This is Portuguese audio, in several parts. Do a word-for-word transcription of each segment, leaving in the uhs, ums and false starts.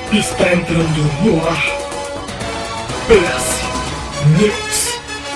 Está entrando no ar P S News.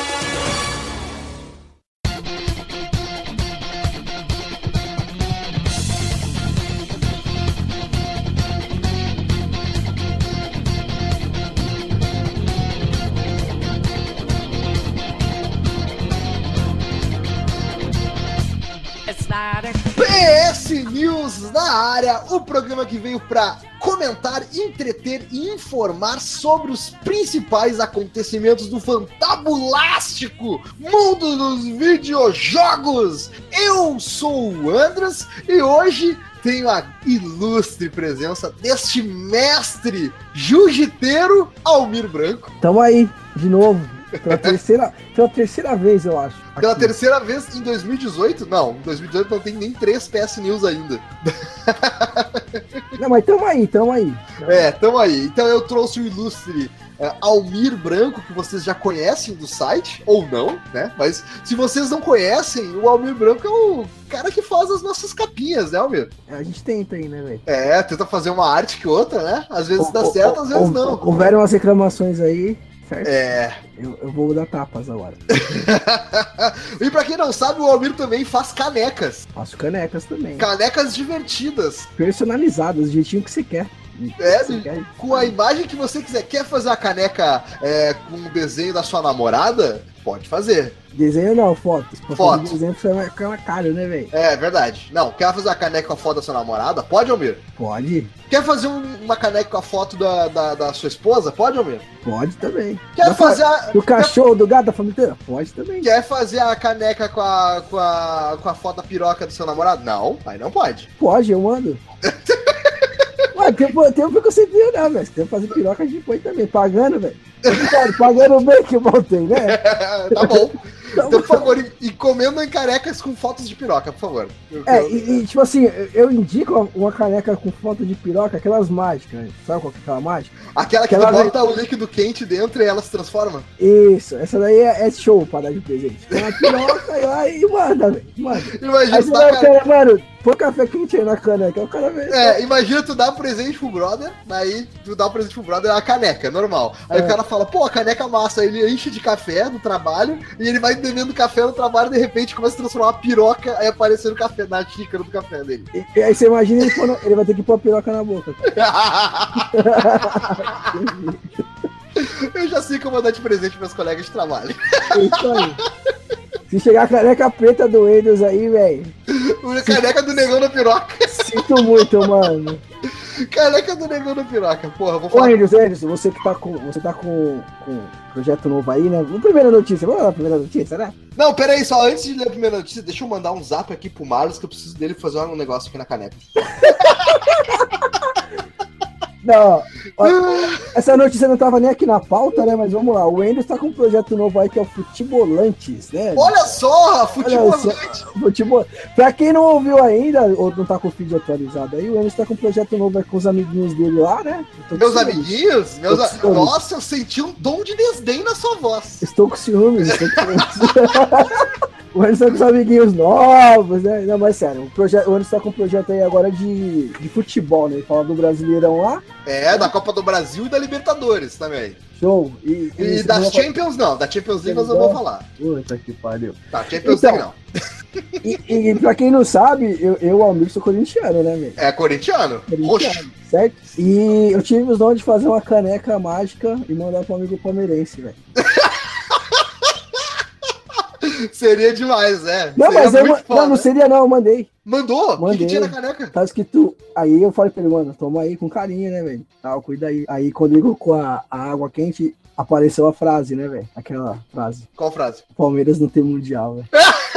P S News na área, o programa que veio para comentar, entreter e informar sobre os principais acontecimentos do fantabulástico mundo dos videojogos. Eu sou o Andras e hoje tenho a ilustre presença deste mestre jiu-jiteiro Almir Branco. Tamo aí, de novo. Pela terceira, pela terceira vez, eu acho. Aqui. Pela terceira vez em dois mil e dezoito? Não, em dois mil e dezoito não tem nem três P S News ainda. Não, mas tamo aí, tamo aí. É, tamo aí. Então eu trouxe o ilustre é, Almir Branco, que vocês já conhecem do site, ou não, né? Mas se vocês não conhecem, o Almir Branco é o cara que faz as nossas capinhas, né, Almir? A gente tenta aí, né, velho? É, tenta fazer uma arte que outra, né? Às vezes o, dá o, certo, o, às vezes o, não. Houveram umas reclamações aí. Certo? É. Eu, eu vou dar tapas agora. E pra quem não sabe, o Almir também faz canecas. Faço canecas também. Canecas divertidas. Personalizadas, do jeitinho que você quer. É, você quer. Com a imagem que você quiser. Quer fazer a caneca é, com o desenho da sua namorada? Pode fazer. Desenho não, foto. Foto. Desenho vai ficar caro, né, velho? É, verdade. Não, quer fazer a caneca com a foto da sua namorada? Pode, Almir? Pode. Quer fazer um, uma caneca com a foto da, da, da sua esposa? Pode, Almir? Pode também. Quer da fazer fa... a... Do cachorro, quer... do gato, da família? Pode também. Quer fazer a caneca com a, com a, com a foto da piroca do seu namorado? Não, aí não pode. Pode, eu mando. Ué, tem, tem um preconceito, não, velho. Se tem que fazer piroca, a gente põe também. Pagando, velho. Pagando bem que bom tem, né? Tá bom. Então, por favor, e, e comendo em canecas com fotos de piroca, por favor. Eu, é, eu... E, e tipo assim, eu indico uma caneca com foto de piroca, aquelas mágicas, sabe qual que é aquela mágica? Aquela que aquela tu bota daí... o líquido quente dentro e ela se transforma? Isso, essa daí é, é show pra dar de presente. Tem uma piroca e lá e manda, velho. Manda. Imagina aí você dá, cara, mano, põe café quente aí na caneca, o cara vê. É, imagina tu dar um presente pro brother, aí tu dá um presente pro brother, é uma caneca, normal. Aí é. O cara fala, pô, a caneca massa, aí ele enche de café no trabalho, e ele vai bebendo café no trabalho, de repente começa a transformar uma piroca, aí aparecendo café na xícara do café dele. E, e aí você imagina ele, pondo, ele vai ter que pôr a piroca na boca. Eu já sei como eu dar de presente pros meus colegas de trabalho. É isso aí. Se chegar a caneca preta do Windows aí, velho. Caneca do negão na piroca. Sinto muito, mano. Caneca do negão na piroca, porra, vou falar. Ô, Windows, Windows, você que tá com. Você tá com, com projeto novo aí, né? Uma primeira notícia, vamos lá na primeira notícia, né? Não, pera aí, só antes de ler a primeira notícia, deixa eu mandar um zap aqui pro Marlos, que eu preciso dele fazer um negócio aqui na caneca. Não, essa notícia não tava nem aqui na pauta, né? Mas vamos lá, o Windows tá com um projeto novo aí que é o Futebolantes, né? Olha só, Futebolantes! Futebol... Pra quem não ouviu ainda, ou não tá com o feed atualizado aí, o Windows tá com um projeto novo aí com os amiguinhos dele lá, né? Meus amiguinhos? Meus a... Nossa, eu senti um tom de desdém na sua voz. Estou com ciúmes, estou com ciúmes. O Anderson tá com os amiguinhos novos, né? Não, mas sério, o, proje... o Anderson tá com um projeto aí agora de, de futebol, né? Ele fala do Brasileirão lá. É, da Copa do Brasil e da Libertadores também. Show. E, e, e das Champions falar... não, da Champions League nós não vamos falar. Puta que pariu. Tá, Champions então, League não. E, e pra quem não sabe, eu, eu Almir, sou corintiano, né, velho? É, corintiano. corintiano Roxo. Certo? E eu tive os dons de fazer uma caneca mágica e mandar pro amigo palmeirense, velho. Seria demais, é. Não, seria mas eu, não, não seria não, eu mandei. Mandou? Mandei. O que, que tinha na caneca? Tá escrito, aí eu falei pra ele, mano, toma aí com carinho, né, velho? Tá, cuida aí. Aí quando ele colocou a, a água quente, apareceu a frase, né, velho? Aquela frase. Qual frase? Palmeiras não tem mundial, velho.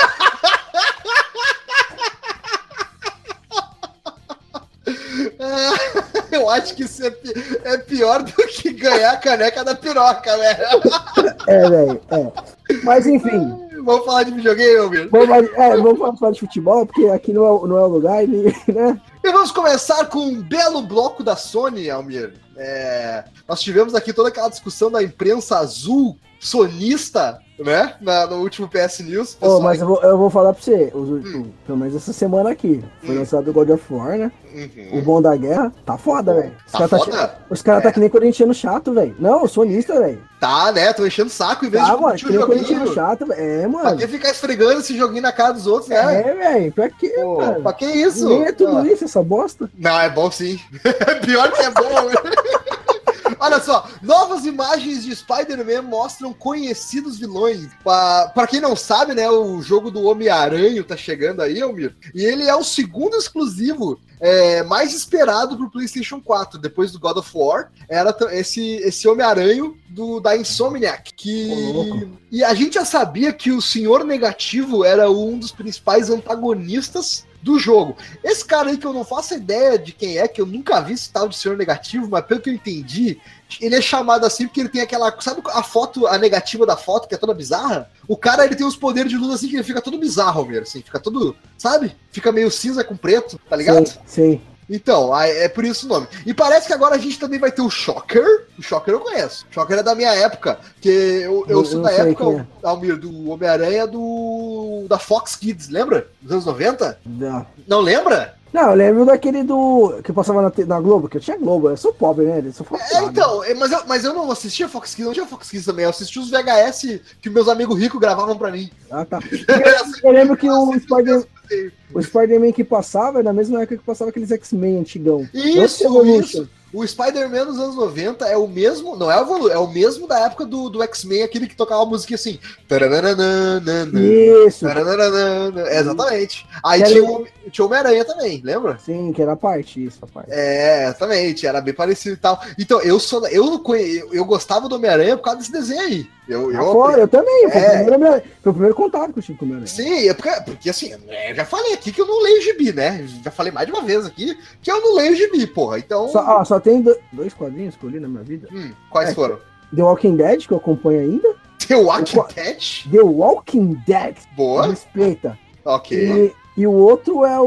Eu acho que isso é, pi- é pior do que ganhar a caneca da piroca, velho. É, velho, é. Mas enfim. Vamos falar de videogame, Almir? Vamos, é, vamos falar de futebol, porque aqui não é, não é o lugar, né? E vamos começar com um belo bloco da Sony, Almir. É, nós tivemos aqui toda aquela discussão da imprensa azul sonista né? Na, no último P S News. Ô, mas eu vou, eu vou falar pra você, os, Hum. pelo menos essa semana aqui, foi Hum. lançado o God of War, né? Uhum. O Bom da Guerra, tá foda, velho. Os Tá caras tá, foda? che- os cara tá É. que nem corintiano chato, velho. Não, sonista, velho. Tá, né? Tô enchendo o saco em vez Tá, de mano, curtir que o nem corintiano joguinho. chato, velho. É, Pra mano. que ficar esfregando esse joguinho na cara dos outros, né? É, velho. Pra quê, Pô, mano? pra que isso? Nem é tudo Ah. isso, essa bosta. Não, é bom sim. Pior que é bom. Olha só, novas imagens de Spider-Man mostram conhecidos vilões. Pra, pra quem não sabe, né, o jogo do Homem-Aranha tá chegando aí, Almir. E ele é o segundo exclusivo é, mais esperado pro PlayStation quatro. Depois do God of War, era t- esse, esse Homem-Aranha do, da Insomniac. Que, Ô, louco. e a gente já sabia que o Senhor Negativo era um dos principais antagonistas do jogo. Esse cara aí que eu não faço ideia de quem é, que eu nunca vi esse tal de Senhor Negativo, mas pelo que eu entendi, ele é chamado assim porque ele tem aquela, sabe a foto, a negativa da foto, que é toda bizarra? O cara, ele tem os poderes de luz assim, que ele fica todo bizarro, Almir, assim, fica todo, sabe? Fica meio cinza com preto, tá ligado? Sim, sim. Então, aí é por isso o nome. E parece que agora a gente também vai ter o Shocker. O Shocker eu conheço. O Shocker é da minha época. Que eu, eu Eu- sou eu da sei época, quem é. Almir, do Homem-Aranha do da Fox Kids, lembra? Dos anos noventa? Não. Não lembra? Não, eu lembro daquele do. Que passava na, te- na Globo, que eu tinha Globo, eu sou pobre, né? Eu sou É, frustrado. então, é, mas eu, mas eu não assistia Fox Kids, não tinha Fox Kids também. Eu assistia os V H S que meus amigos ricos gravavam pra mim. Ah, tá. Eu lembro que o Spider- o Spider-Man que passava era na mesma época que passava aqueles X-Men antigão. Isso, Evolution. isso. O Spider-Man dos anos noventa é o mesmo, não é o Evolu, é o mesmo da época do, do X-Men, aquele que tocava a música assim. Tarananana, Isso. tarananana, é, exatamente. Aí Quero- tinha o, tinha o Homem-Aranha também, lembra? Sim, que era a parte, isso, a parte. É, exatamente, era bem parecido e tal. Então, eu sou. Eu, conhe- eu, eu gostava do Homem-Aranha por causa desse desenho aí. Eu, Ah, eu, fora, eu também. Foi, É. o primeiro, meu- foi o primeiro contato que eu tive com o meu. Sim, é porque, porque assim, eu já falei aqui que eu não leio gibi, né? Já falei mais de uma vez aqui que eu não leio gibi, porra. Então. Só, ah, só tem do- dois quadrinhos que eu li na minha vida. Hum, quais É. foram? The Walking Dead, que eu acompanho ainda. The Walking O- Dead? The Walking Dead. Boa. Respeita. Ok. E, e o outro é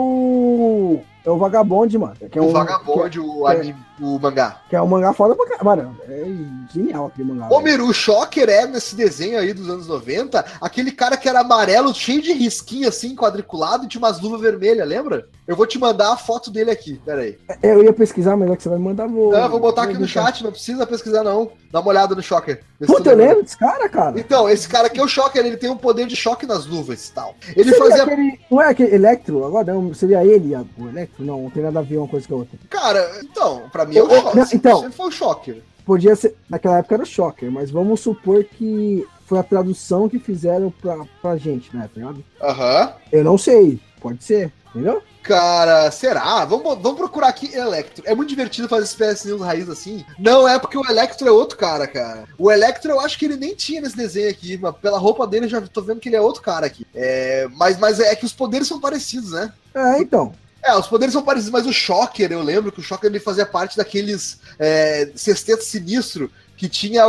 o. É o Vagabond, mano. Que é o um, Vagabond, o que é- anime, o mangá. Que é um mangá foda pra caralho. Mano, é genial aquele mangá. Ô, velho. Miru, o Shocker é nesse desenho aí dos anos noventa, aquele cara que era amarelo, cheio de risquinho assim, quadriculado, e tinha umas luvas vermelhas, lembra? Eu vou te mandar a foto dele aqui, pera aí. Eu ia pesquisar, mas é que você vai me mandar. Vou, Não, eu vou botar aqui vou no deixar. chat, não precisa pesquisar não. Dá uma olhada no Shocker. Vê se tu Puta, eu lembra. lembro desse cara, cara. Então, esse cara aqui é o Shocker, ele tem um poder de choque nas luvas e tal. Ele Seria fazia... aquele, não é aquele Electro? Agora não, seria ele a- o Electro? Não, não tem nada a ver uma coisa com a outra. Cara, então, pra mim é o Ô, ô, Shocker. não, então. Sempre foi o Shocker. Podia ser. Naquela época era o Shocker, mas vamos supor que foi a tradução que fizeram pra, pra gente, né? Tá ligado? Aham. Eu não sei. Pode ser, entendeu? Cara, será? Vamos, vamos procurar aqui Electro. É muito divertido fazer esse P S News raiz assim. Não, é porque o Electro é outro cara, cara. O Electro eu acho que ele nem tinha nesse desenho aqui, mas pela roupa dele eu já tô vendo que ele é outro cara aqui. É, mas, mas é que os poderes são parecidos, né? É, então. É, os poderes são parecidos, mas o Shocker, eu lembro que o Shocker ele fazia parte daqueles é, sexteto sinistro que tinha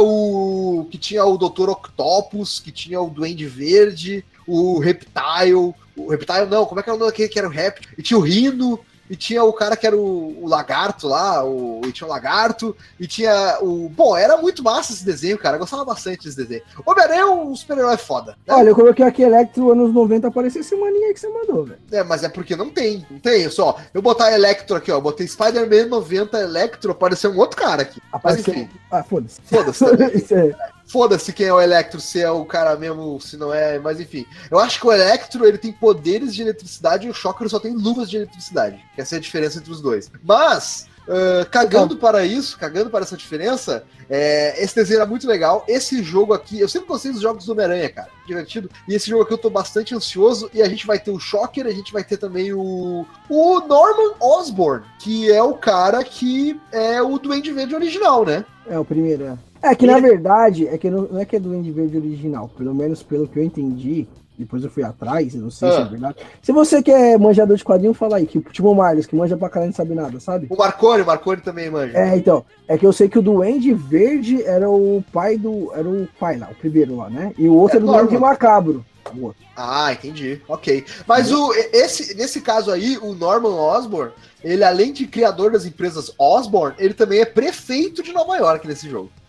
o que tinha o doutor Octopus, que tinha o Duende Verde, o Reptile, o Reptile não, como é que era o nome daquele que era o Reptile? E tinha o Rhino, e tinha o cara que era o, o Lagarto lá, o, e tinha o Lagarto, e tinha o... Bom, era muito massa esse desenho, cara, eu gostava bastante desse desenho. O Homem-Aranha é um super-herói foda, né? Olha, eu coloquei aqui Electro anos noventa, apareceu esse maninho aí que você mandou, velho. É, mas é porque não tem, não tem, só, eu botar Electro aqui, ó, botei Spider-Man noventa Electro, apareceu um outro cara aqui. Apareceu. Mas enfim, Ah, foda-se. foda-se também. Isso é. Foda-se quem é o Electro, se é o cara mesmo, se não é, mas enfim. Eu acho que o Electro, ele tem poderes de eletricidade e o Shocker só tem luvas de eletricidade. Essa é a diferença entre os dois. Mas, uh, cagando para isso, cagando para essa diferença, é, esse desenho era muito legal. Esse jogo aqui, eu sempre gostei dos jogos do Homem-Aranha, cara. Divertido. E esse jogo aqui eu tô bastante ansioso. E a gente vai ter o Shocker, a gente vai ter também o, o Norman Osborn, que é o cara que é o Duende Verde original, né? É, o primeiro, é. É que na verdade, é que não, não é que é Duende Verde original, pelo menos pelo que eu entendi, depois eu fui atrás, eu não sei Ah. se é verdade. Se você que é manjador de quadrinho, fala aí, que tipo o Marlos, que manja pra caralho e não sabe nada, sabe? O Marconi, o Marconi também manja. É, então, é que eu sei que o Duende Verde era o pai do, era o pai lá, o primeiro lá, né? E o outro É era o Duende Norman. Macabro. O outro. Ah, entendi. Ok. Mas o, esse, nesse caso aí, o Norman Osborn, ele além de criador das empresas Osborn, ele também é prefeito de Nova York nesse jogo.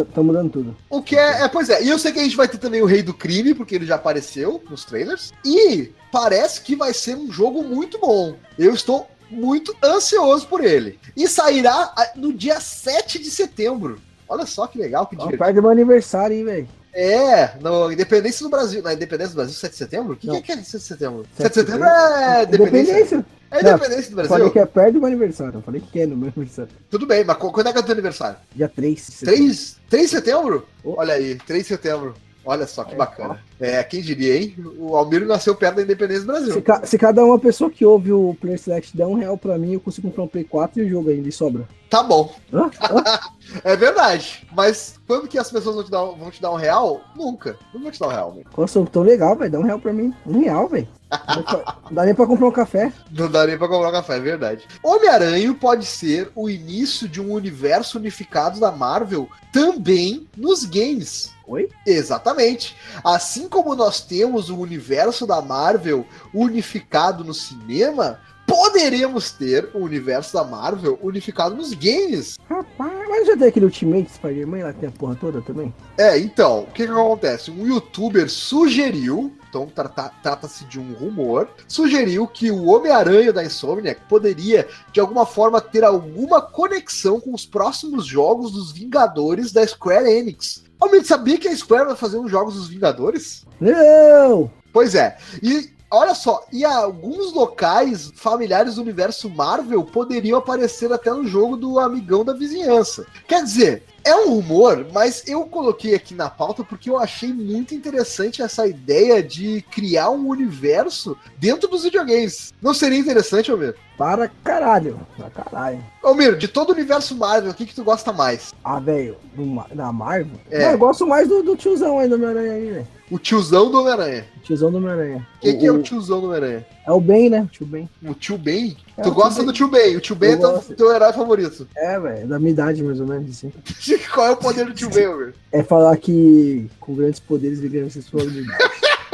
tá mudando tudo. O que é, é, pois é, e eu sei que a gente vai ter também o Rei do Crime, porque ele já apareceu nos trailers, e parece que vai ser um jogo muito bom. Eu estou muito ansioso por ele. E sairá no dia sete de setembro. Olha só que legal, que dia. Perto do meu aniversário, hein, velho. É, na Independência do Brasil. Na Independência do Brasil, sete de setembro? O que, que é sete de setembro? sete de setembro é Independência. É Independência do Brasil? Eu falei que é perto do meu aniversário. Eu falei que é no meu aniversário. Tudo bem, mas quando é que é o teu aniversário? Dia três. três? três de setembro? Oh. Olha aí, três de setembro. Olha só que é, bacana. Ó. É, quem diria, hein? O Almiro nasceu perto da Independência do Brasil. Se, ca se cada uma pessoa que ouve o Player Select der um real pra mim, eu consigo comprar um Play quatro e o jogo ainda e sobra. Tá bom. Hã? Hã? É verdade. Mas quando que as pessoas vão te dar, vão te dar um real? Nunca. Não vão te dar um real, velho. Nossa, tão legal, velho. Dá um real pra mim. Um real, velho. Não dá nem pra comprar um café. Não dá nem pra comprar um café, é verdade. Homem-Aranha pode ser o início de um universo unificado da Marvel também nos games. Oi? Exatamente. Assim como nós temos o universo da Marvel unificado no cinema, poderemos ter o universo da Marvel unificado nos games. Rapaz, mas já tem aquele Ultimate Spider-Man lá, tem a porra toda também? É, então, o que que acontece? Um youtuber sugeriu, então trata, trata-se de um rumor, sugeriu que o Homem-Aranha da Insomniac poderia, de alguma forma, ter alguma conexão com os próximos jogos dos Vingadores da Square Enix. Homem, sabia que a Square vai fazer uns jogos dos Vingadores? Não! Pois é, e olha só, e alguns locais familiares do universo Marvel poderiam aparecer até no jogo do Amigão da Vizinhança. Quer dizer, é um rumor, mas eu coloquei aqui na pauta porque eu achei muito interessante essa ideia de criar um universo dentro dos videogames. Não seria interessante, Almir? Para caralho, para caralho. Almir, de todo o universo Marvel, o que que tu gosta mais? Ah, velho, da Marvel? É. Não, eu gosto mais do, do tiozão aí do Homem-Aranha aí, velho. O tiozão do Homem-Aranha. O tiozão do Homem-Aranha. Quem o, que é o tiozão do Homem-Aranha? É o Ben, né? O tio Ben. O tio Ben? É, tu gosta do tio Ben? O tio Ben é teu, teu herói favorito. É, velho, da minha idade mais ou menos, assim. Qual é o poder do tio Ben, velho? É falar que com grandes poderes vem grandes responsabilidades.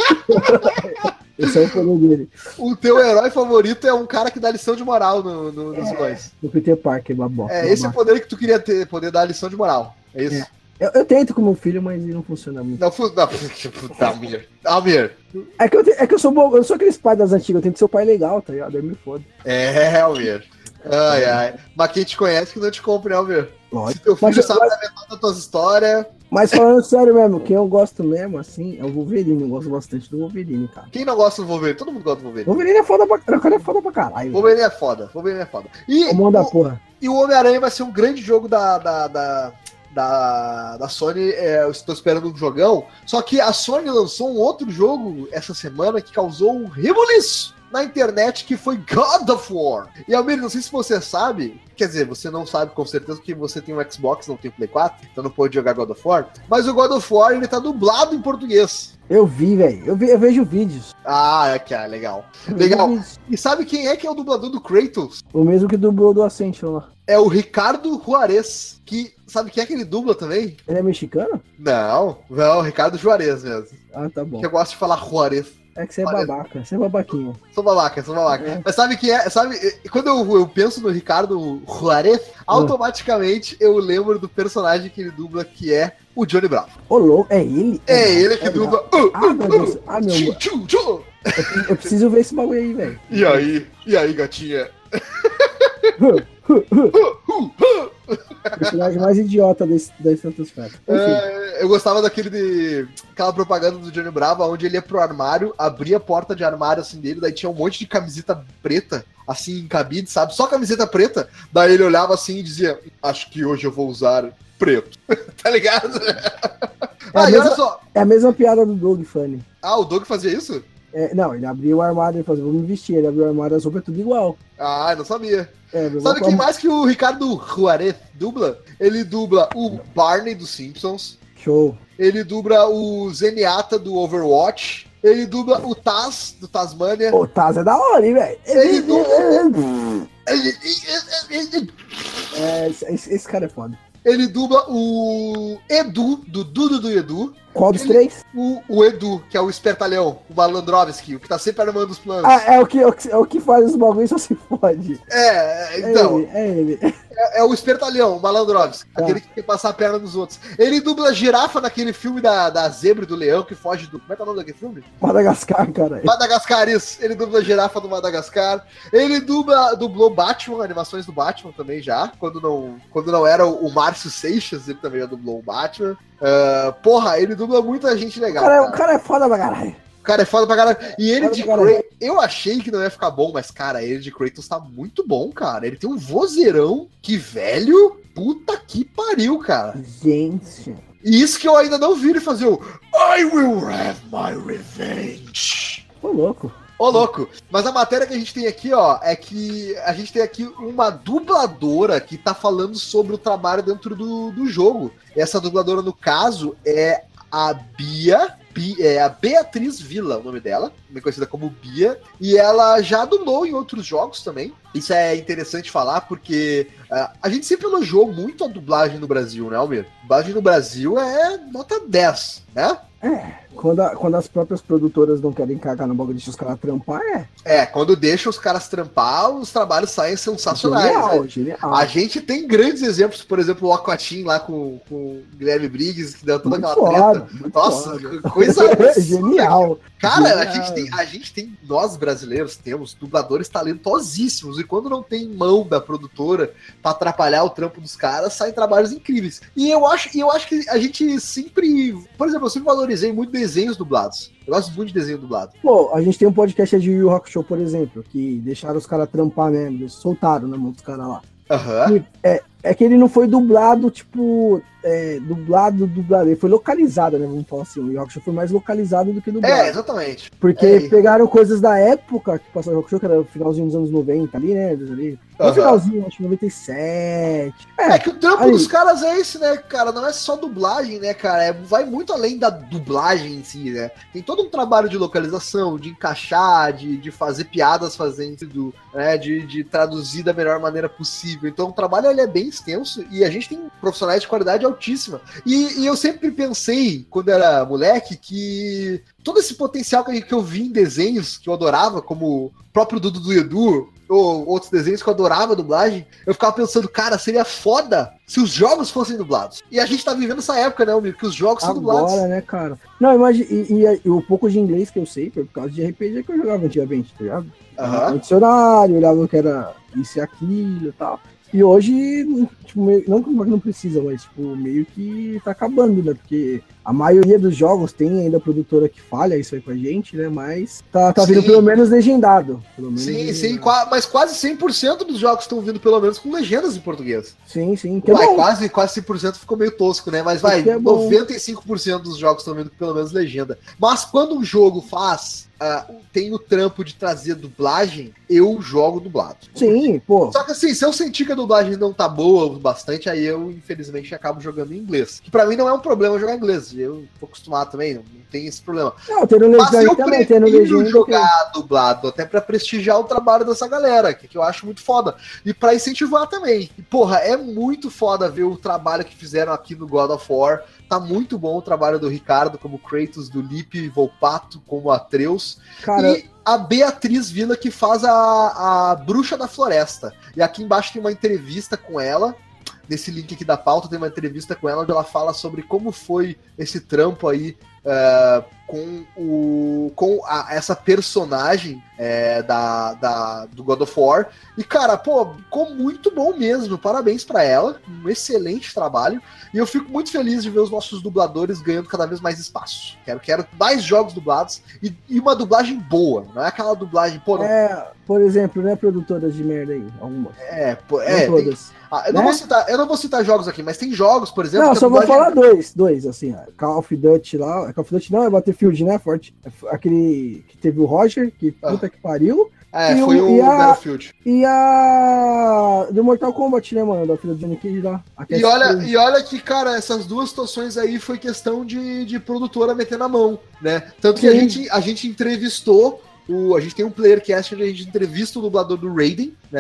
Esse é o poder dele. O teu herói favorito é um cara que dá lição de moral no, no, nos é, boys. No Peter Parker, baboca. É, esse é o poder que tu queria ter, poder dar lição de moral. É isso. É. Eu, eu tento com meu filho, mas ele não funciona muito. Não, não, puta, Almir. Almir. É que, eu te, é que eu sou bom, eu não sou aqueles pais das antigas, eu tenho que ser o pai legal, tá ligado? Aí me foda. É, Almir. Ai, ai. Mas quem te conhece que não te compre, né, Almir? Lógico. Se teu filho mas, sabe mas, da metade das tuas histórias. Mas falando sério mesmo, quem eu gosto mesmo, assim, é o Wolverine. Eu gosto bastante do Wolverine, cara. Quem não gosta do Wolverine? Todo mundo gosta do Wolverine. Wolverine é foda pra, o cara é foda pra caralho. Wolverine é foda. Wolverine é foda. E o da porra. E o Homem-Aranha vai ser um grande jogo da... da, da... Da, da Sony, é, eu estou esperando um jogão. Só que a Sony lançou um outro jogo essa semana que causou um rebuliço na internet, que foi God of War. E Almir, não sei se você sabe, quer dizer, você não sabe com certeza que você tem um Xbox, não tem um Play quatro, então não pode jogar God of War, mas o God of War, ele tá dublado em português. Eu vi, velho. Eu, vi, eu vejo vídeos. Ah, é que é legal. Legal. E sabe quem é que é o dublador do Kratos? O mesmo que dublou do Ascension lá. É o Ricardo Juarez, que sabe quem é que ele dubla também? Ele é mexicano? Não, não, Ricardo Juarez mesmo. Ah, tá bom. Que eu gosto de falar Juarez. É que você é babaca, você é babaquinha. Sou babaca, sou babaca. É. Mas sabe quem é? Sabe, quando eu, eu penso no Ricardo Juarez, automaticamente eu lembro do personagem que ele dubla, que é o Johnny Bravo. Ô, louco, é ele? É, é ele que é dubla. Uh, ah, uh, meu Deus. Uh, ah, meu tchu, tchu, tchu. Eu, eu preciso ver esse bagulho aí, velho. E aí? E aí, gatinha? O personagem mais idiota desse, das tantas festas. É, eu gostava daquele de. Aquela propaganda do Johnny Bravo, onde ele ia pro armário, abria a porta de armário assim dele, daí tinha um monte de camiseta preta, assim, em cabide, sabe? Só camiseta preta. Daí ele olhava assim e dizia: acho que hoje eu vou usar preto. Tá ligado? É ah, a e mesma, olha só. É a mesma piada do Doug Funny. Ah, o Doug fazia isso? É, não, ele abriu o armário e falou: vou me vestir. Ele abriu o armário, as roupas é tudo igual. Ah, eu não sabia. É, sabe quem mais que o Ricardo Juarez dubla? Ele dubla o Barney dos Simpsons. Show. Ele dubla o Zenyatta do Overwatch. Ele dubla o Taz do Tasmania. O Taz é da hora, hein, velho? Ele dubla... é, esse, esse cara é foda. Ele dubla o Edu, do Dudu do Edu. Qual dos ele, três? O, o Edu, que é o espertalhão, o Malandrovski, o que tá sempre armando os planos. Ah, é o que, é o que, é o que faz os bagulhos só se fode. É, então. É ele, é ele. É, é o espertalhão, o Malandrovski, É. aquele que quer passar a perna nos outros. Ele dubla a girafa naquele filme da, da zebra e do leão que foge do... Como é que é o nome daquele filme? Madagascar, cara. Madagascar, isso. Ele dubla a girafa do Madagascar. Ele dubla, dublou Batman, animações do Batman também já. Quando não, quando não era o, o Márcio Seixas, ele também já dublou o Batman. Uh, porra, ele dubla muita gente O legal. cara, Cara. o cara é foda pra caralho. O cara é foda pra caralho. E ele Foda de pra caralho. Kratos, eu achei que não ia ficar bom, mas, cara, ele de Kratos tá muito bom, cara. Ele tem um vozeirão que, velho, puta que pariu, cara. Gente. E isso que eu ainda não vi ele fazer o I will have my revenge. Tô louco. Ô, louco. Mas a matéria que a gente tem aqui, ó, é que a gente tem aqui uma dubladora que tá falando sobre o trabalho dentro do, do jogo. Essa dubladora, no caso, é a Bia... É a Beatriz Villa, o nome dela, também conhecida como Bia, e ela já dublou em outros jogos também. Isso é interessante falar porque uh, a gente sempre elogiou muito a dublagem no Brasil, né, Almir? A dublagem no Brasil é nota dez, né? É, quando, a- quando as próprias produtoras não querem cagar no bagulho, deixa os caras trampar, é. É, quando deixa os caras trampar, os trabalhos saem sensacionais. Genial, né? genial. A gente tem grandes exemplos, por exemplo, o Aquatim lá com, com o Guilherme Briggs, que deu toda Muito aquela foda, treta. muito Nossa, foda. coisa absurda. Genial. Cara, a Genial. gente, tem, a gente tem, nós brasileiros temos dubladores talentosíssimos, e quando não tem mão da produtora pra atrapalhar o trampo dos caras, saem trabalhos incríveis. E eu acho, e eu acho que a gente sempre, por exemplo, eu sempre valorizei muito desenhos dublados. Eu gosto muito de desenho dublado. Pô, a gente tem um podcast de Yu Yu Hakusho, por exemplo, que deixaram os caras trampar mesmo, eles soltaram na mão dos caras lá. Aham. E É, é que ele não foi dublado, tipo, é, dublado, dublado, ele foi localizado, né, vamos falar assim, o Yu Yu Hakusho foi mais localizado do que dublado. É, exatamente. Porque é. pegaram coisas da época que passou o Yu Yu Hakusho, que era o finalzinho dos anos noventa ali, né, ali. No Aham. finalzinho, acho que noventa e sete. É que o trampo aí. dos caras é esse, né, cara? Não é só dublagem, né, cara? É, vai muito além da dublagem em si, né? Tem todo um trabalho de localização, de encaixar, de, de fazer piadas fazendo, né, de, de traduzir da melhor maneira possível. Então o trabalho ele é bem extenso e a gente tem profissionais de qualidade altíssima. E, e eu sempre pensei, quando era moleque, que todo esse potencial que, que eu vi em desenhos que eu adorava, como o próprio Dudu do Edu, ou outros desenhos que eu adorava a dublagem, eu ficava pensando, cara, seria foda se os jogos fossem dublados. E a gente tá vivendo essa época, né, amigo, que os jogos são dublados. Agora, né, cara? Não, imagina, e, e, e o pouco de inglês que eu sei foi por causa de R P G que eu jogava antigamente, tá ligado? Aham. No dicionário, olhava o que era isso e aquilo e tal. E hoje, tipo, meio, não que não precisa, mas tipo, meio que tá acabando, né? Porque a maioria dos jogos tem ainda a produtora que falha isso aí com a gente, né? Mas tá, tá vindo Sim. pelo menos legendado. Pelo menos Sim, legendado. sim, qua- mas quase cem por cento dos jogos estão vindo pelo menos com legendas em português. Sim, sim. Que é Vai, bom. quase, quase cem por cento ficou meio tosco, né? Mas vai, Que é bom. noventa e cinco por cento dos jogos estão vindo com pelo menos legenda. Mas quando um jogo faz, ah, tem o trampo de trazer dublagem, eu jogo dublado. Sim, pô. Só que assim, se eu sentir que a dublagem não tá boa o bastante, aí eu, infelizmente, acabo jogando em inglês. Que pra mim não é um problema jogar em inglês. Eu tô acostumado também, não, não tem esse problema. Não, tendo Mas legenda eu também, tendo prefiro legenda. jogar dublado, até pra prestigiar o trabalho dessa galera, que, que eu acho muito foda. E pra incentivar também. E, porra, é muito foda ver o trabalho que fizeram aqui no God of War. Tá muito bom o trabalho do Ricardo como Kratos, do Lipe Volpato como Atreus. Cara, E a Beatriz Villa que faz a, a Bruxa da Floresta. E aqui embaixo tem uma entrevista com ela. Nesse link aqui da pauta tem uma entrevista com ela onde ela fala sobre como foi esse trampo aí uh, com, o, com a, essa personagem é, da, da, do God of War. E, cara, pô, ficou muito bom mesmo. Parabéns pra ela. Um excelente trabalho. E eu fico muito feliz de ver os nossos dubladores ganhando cada vez mais espaço. Quero, quero mais jogos dublados e, e uma dublagem boa. Não é aquela dublagem, pô, não, é, por exemplo, né, produtoras de merda aí, algumas. é, pô, Não é, tem- todas. ah, eu, não né? vou citar, eu não vou citar jogos aqui, mas tem jogos, por exemplo. Não, que a só vou dublagem- falar dois, dois, assim, ó, Call of Duty lá, Call of Duty não, é Battlefield, né, forte, É f- aquele que teve o Roger, que puta que pariu, É, e foi o- o e a- Battlefield. e a do Mortal Kombat, né, mano, da filha do Johnny Cage lá. a E olha, Cassie- e olha que, cara, essas duas situações aí foi questão de, de produtora meter na mão, né? Tanto que a Sim. gente, a gente entrevistou, o, a gente tem um Playercast onde a gente entrevista o dublador do Raiden, né?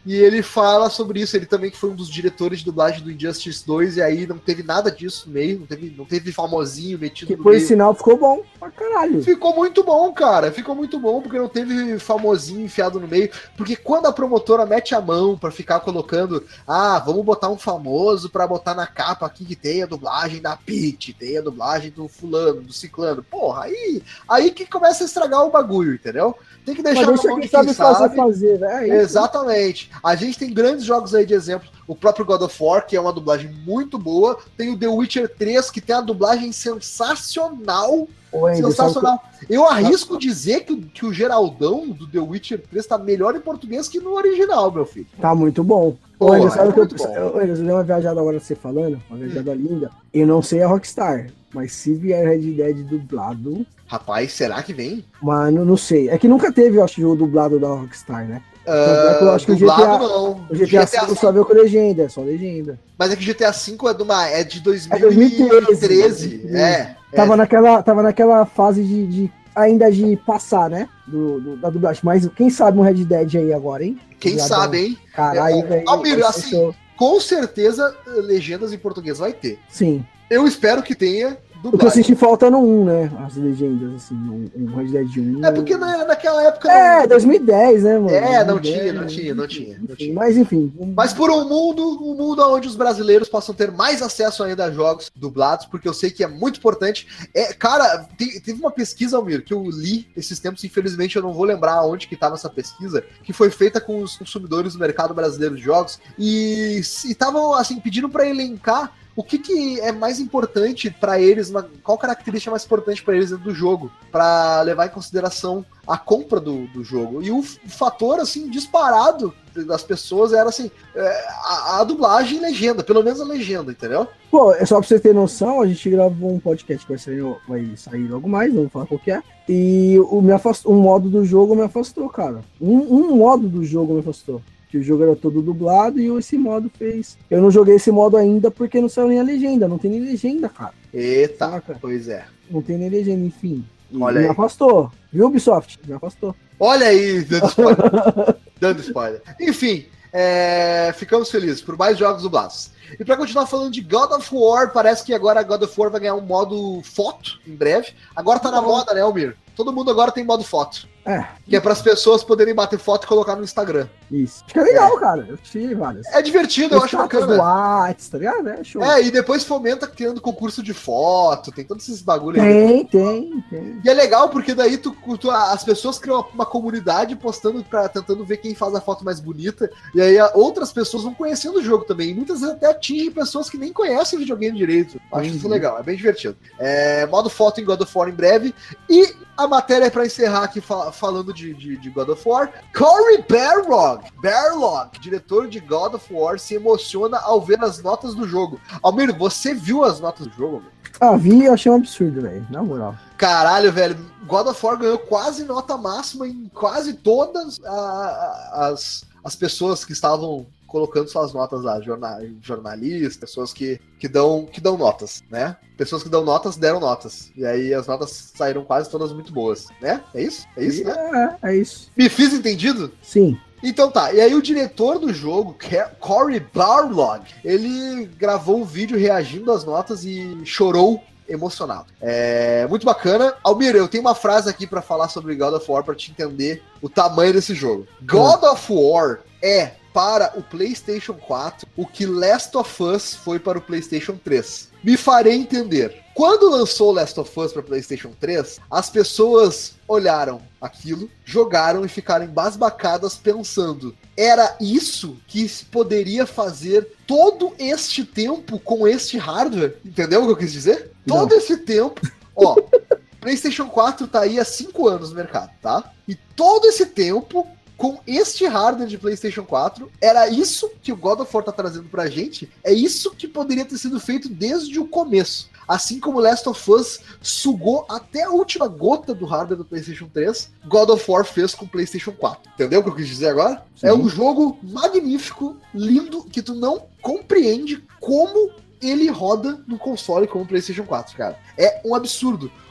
E ele fala sobre isso, ele também que foi um dos diretores de dublagem do Injustice dois, e aí não teve nada disso no meio, não teve, não teve famosinho metido Que no por meio. sinal ficou bom pra caralho. Ficou muito bom, cara, ficou muito bom, porque não teve famosinho enfiado no meio, porque quando a promotora mete a mão pra ficar colocando, ah, vamos botar um famoso pra botar na capa aqui que tem a dublagem da Peach, tem a dublagem do fulano, do ciclano, porra, aí, aí que começa a estragar o bagulho, entendeu? Tem que deixar Mas na mão quem de quem sabe sabe. fazer, fazer, né? É isso. Exatamente. A gente tem grandes jogos aí de exemplo. O próprio God of War, que é uma dublagem muito boa. Tem o The Witcher três, que tem a dublagem sensacional. Ô, Ender, sensacional. Que... Eu arrisco dizer que, que o Geraldão do The Witcher três tá melhor em português que no original, meu filho. Tá muito bom. Pô, Ô, Ender, sabe é que eu, muito bom. eu, eu dei uma viajada agora você falando, uma viajada hum. linda. Eu não sei a Rockstar, mas se vier Red Dead dublado... Rapaz, será que vem? Mano, não sei. É que nunca teve, eu acho, jogo dublado da Rockstar, né? Uh, é eu acho que dublado, o G T A, não. O G T A, G T A cinco só veio com legenda, é só legenda. Mas é que o G T A cinco é, de, uma, é de dois mil e treze. É, tava, é. Naquela, tava naquela fase de, de ainda de passar, né? Do, do, da dublagem. Mas quem sabe um Red Dead aí agora, hein? Quem Dubladão. Sabe, hein? Caralho, velho. Almir, assim, com certeza legendas em português vai ter. Sim. Eu espero que tenha. O que eu senti falta no um, né? As legendas, assim, no, no Red Dead um. É porque na, naquela época... É, não... dois mil e dez, né, mano? É, não dois mil e dez, tinha, não tinha, não tinha, não tinha. Mas, enfim... Um... Mas por um mundo, um mundo onde os brasileiros possam ter mais acesso ainda a jogos dublados, porque eu sei que é muito importante. É, cara, tem, teve uma pesquisa, Almir, que eu li esses tempos, infelizmente eu não vou lembrar onde que estava essa pesquisa, que foi feita com os consumidores do mercado brasileiro de jogos, e estavam, assim, pedindo para elencar o que, que é mais importante para eles, qual característica é mais importante para eles dentro do jogo, para levar em consideração a compra do, do jogo. E o, o fator, assim, disparado das pessoas era, assim, a, a dublagem e legenda, pelo menos a legenda, entendeu? Pô, é só pra você ter noção, a gente gravou um podcast que vai sair, vai sair logo mais, não vou falar qual que é, e o, me afastou, um modo do jogo me afastou, cara. Um, um modo do jogo me afastou. Que o jogo era todo dublado e esse modo fez... Eu não joguei esse modo ainda porque não saiu nem a legenda. Não tem nem legenda, cara. Eita, Saca? Pois é. Não tem nem legenda, enfim. Olha me aí. afastou. Viu, Ubisoft? Me afastou. Olha aí, dando spoiler. dando spoiler. Enfim, é... ficamos felizes por mais jogos dublados. E pra continuar falando de God of War, parece que agora God of War vai ganhar um modo foto em breve. Agora tá na moda, né, Almir? Todo mundo agora tem modo foto. É. Que é para as pessoas poderem bater foto e colocar no Instagram. Isso. Acho que é legal, é. cara. Eu tive várias. É divertido, eu acho bacana. Do Whats, tá ligado? É, show. É, e depois fomenta criando concurso de foto, tem todos esses bagulho tem, aí. Tem, tem. E é legal porque daí tu, tu, as pessoas criam uma comunidade postando, pra, tentando ver quem faz a foto mais bonita. E aí outras pessoas vão conhecendo o jogo também. E muitas vezes até atingem pessoas que nem conhecem videogame direito. Acho uhum. isso legal, é bem divertido. É, modo foto em God of War em breve. E a matéria é pra encerrar aqui fal- falando de, de, de God of War. Cory Barlog, Barlog, diretor de God of War, se emociona ao ver as notas do jogo. Almir, você viu as notas do jogo, Almir? Ah, vi e achei um absurdo, velho. Na moral. Caralho, velho. God of War ganhou quase nota máxima em quase todas a, a, as, as pessoas que estavam colocando suas notas lá, jornal, jornalistas, pessoas que, que, dão, que dão notas, né? Pessoas que dão notas deram notas. E aí as notas saíram quase todas muito boas, né? É isso? É isso, né? É, é isso. Me fiz entendido? Sim. Então tá, e aí o diretor do jogo, Cory Barlog, ele gravou um vídeo reagindo às notas e chorou emocionado. É muito bacana. Almir, eu tenho uma frase aqui pra falar sobre God of War pra te entender o tamanho desse jogo. God hum. of War é para o PlayStation quatro o que Last of Us foi para o PlayStation três. Me farei entender. Quando lançou Last of Us para PlayStation três, as pessoas olharam aquilo, jogaram e ficaram embasbacadas pensando: era isso que se poderia fazer todo este tempo com este hardware? Entendeu o que eu quis dizer? Não. Todo esse tempo, ó, PlayStation quatro tá aí há cinco anos no mercado, tá? E todo esse tempo, com este hardware de PlayStation quatro, era isso que o God of War tá trazendo pra gente, é isso que poderia ter sido feito desde o começo. Assim como Last of Us sugou até a última gota do hardware do PlayStation três, God of War fez com o PlayStation quatro. Entendeu o que eu quis dizer agora? Sim. É um jogo magnífico, lindo, que tu não compreende como ele roda no console como o PlayStation quatro, cara. É um absurdo.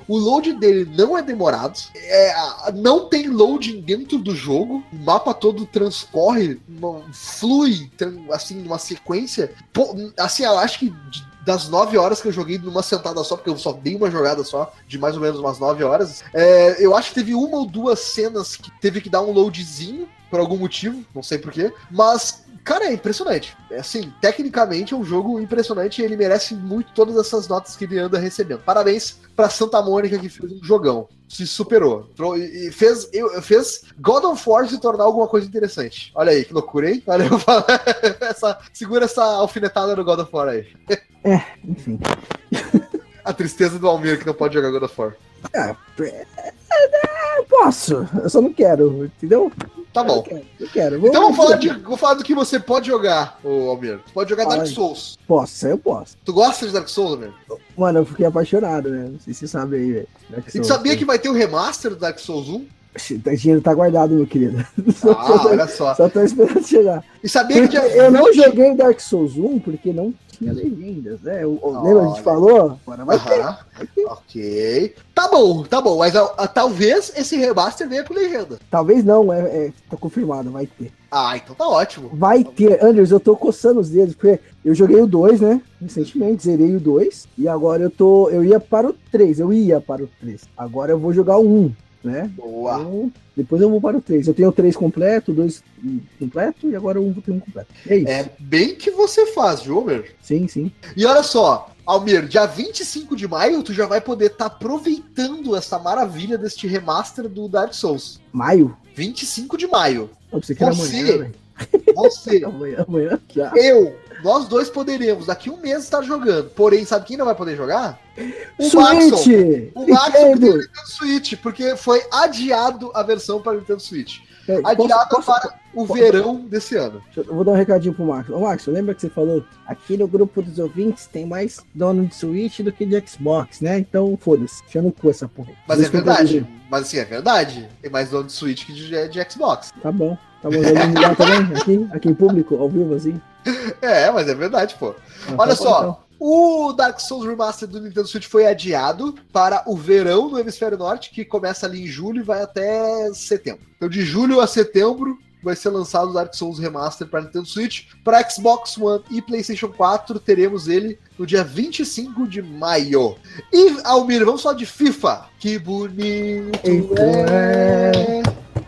O load dele não é demorado, é, não tem loading dentro do jogo, o mapa todo transcorre, flui, assim, numa sequência. Pô, assim, eu acho que das nove horas que eu joguei numa sentada só, porque eu só dei uma jogada só, de mais ou menos umas nove horas, é, eu acho que teve uma ou duas cenas que teve que dar um loadzinho, por algum motivo, não sei porquê, mas, cara, é impressionante. É, assim, tecnicamente é um jogo impressionante e ele merece muito todas essas notas que ele anda recebendo. Parabéns pra Santa Mônica, que fez um jogão. Se superou. E fez, eu, fez God of War se tornar alguma coisa interessante. Olha aí, que loucura, hein? Olha, eu falo, essa, segura essa alfinetada no God of War aí. É, enfim. A tristeza do Almir que não pode jogar God of War. É, é, é, posso, eu só não quero, entendeu? Tá bom. Eu quero. Eu quero. Vou, então vamos falar, de, vou falar do que você pode jogar, ô Almir. Você pode jogar Ai, Dark Souls. Posso, eu posso. Tu gosta de Dark Souls, Almir? Mano, eu fiquei apaixonado, né? Não sei se você sabe aí, velho. E tu sabia né? que vai ter o remaster do Dark Souls um? O dinheiro tá guardado, meu querido. Ah, só, olha só. Só tô esperando chegar. E sabia porque que eu não joguei Dark Souls um porque não tinha legendas, né? Eu, eu, lembra a gente falou? Agora vai, ter, vai ter. Ok. Tá bom, tá bom. Mas a, a, talvez esse remaster venha com legenda. Talvez não, é, é, tá confirmado, vai ter. Ah, então tá ótimo. Vai ter. Anders, eu tô coçando os dedos, porque eu joguei o dois, né? Recentemente, zerei o dois. E agora eu tô. Eu ia para o três. Eu ia para o três. Agora eu vou jogar o um. Né? Boa. Então, depois eu vou para o três. Eu tenho o três completo, o dois completo e agora o um vou ter um completo. É isso. É bem que você faz, viu, Almir? Sim, sim. E olha só, Almir, dia vinte e cinco de maio, tu já vai poder estar tá aproveitando essa maravilha deste remaster do Dark Souls. Maio? vinte e cinco de maio. Eu pensei que era você, amanhã, né? Você, amanhã, amanhã, já. eu, nós dois poderemos daqui um mês estar jogando. Porém, sabe quem não vai poder jogar? O Switch! Maxon. O Maxon que tem o Nintendo Switch, porque foi adiado a versão para o Nintendo Switch. É, adiado posso, posso, para o posso, verão desse ano. Eu vou dar um recadinho pro Max. Ô, Max, lembra que você falou aqui no grupo dos ouvintes tem mais dono de Switch do que de Xbox, né? Então, foda-se. Deixa no cu essa porra. Mas é verdade. Mas assim, é verdade. Tem mais dono de Switch que de, de Xbox. Tá bom. Tá bom, vamos ligar também? Aqui, aqui em público, ao vivo, assim. É, mas é verdade, pô. Ah, Olha tá só. Bom, então. O Dark Souls Remastered do Nintendo Switch foi adiado para o verão no Hemisfério Norte, que começa ali em julho e vai até setembro. Então, de julho a setembro, vai ser lançado o Dark Souls Remastered para Nintendo Switch. Para Xbox One e PlayStation quatro, teremos ele no dia vinte e cinco de maio. E, Almir, vamos falar de FIFA. Que bonito é...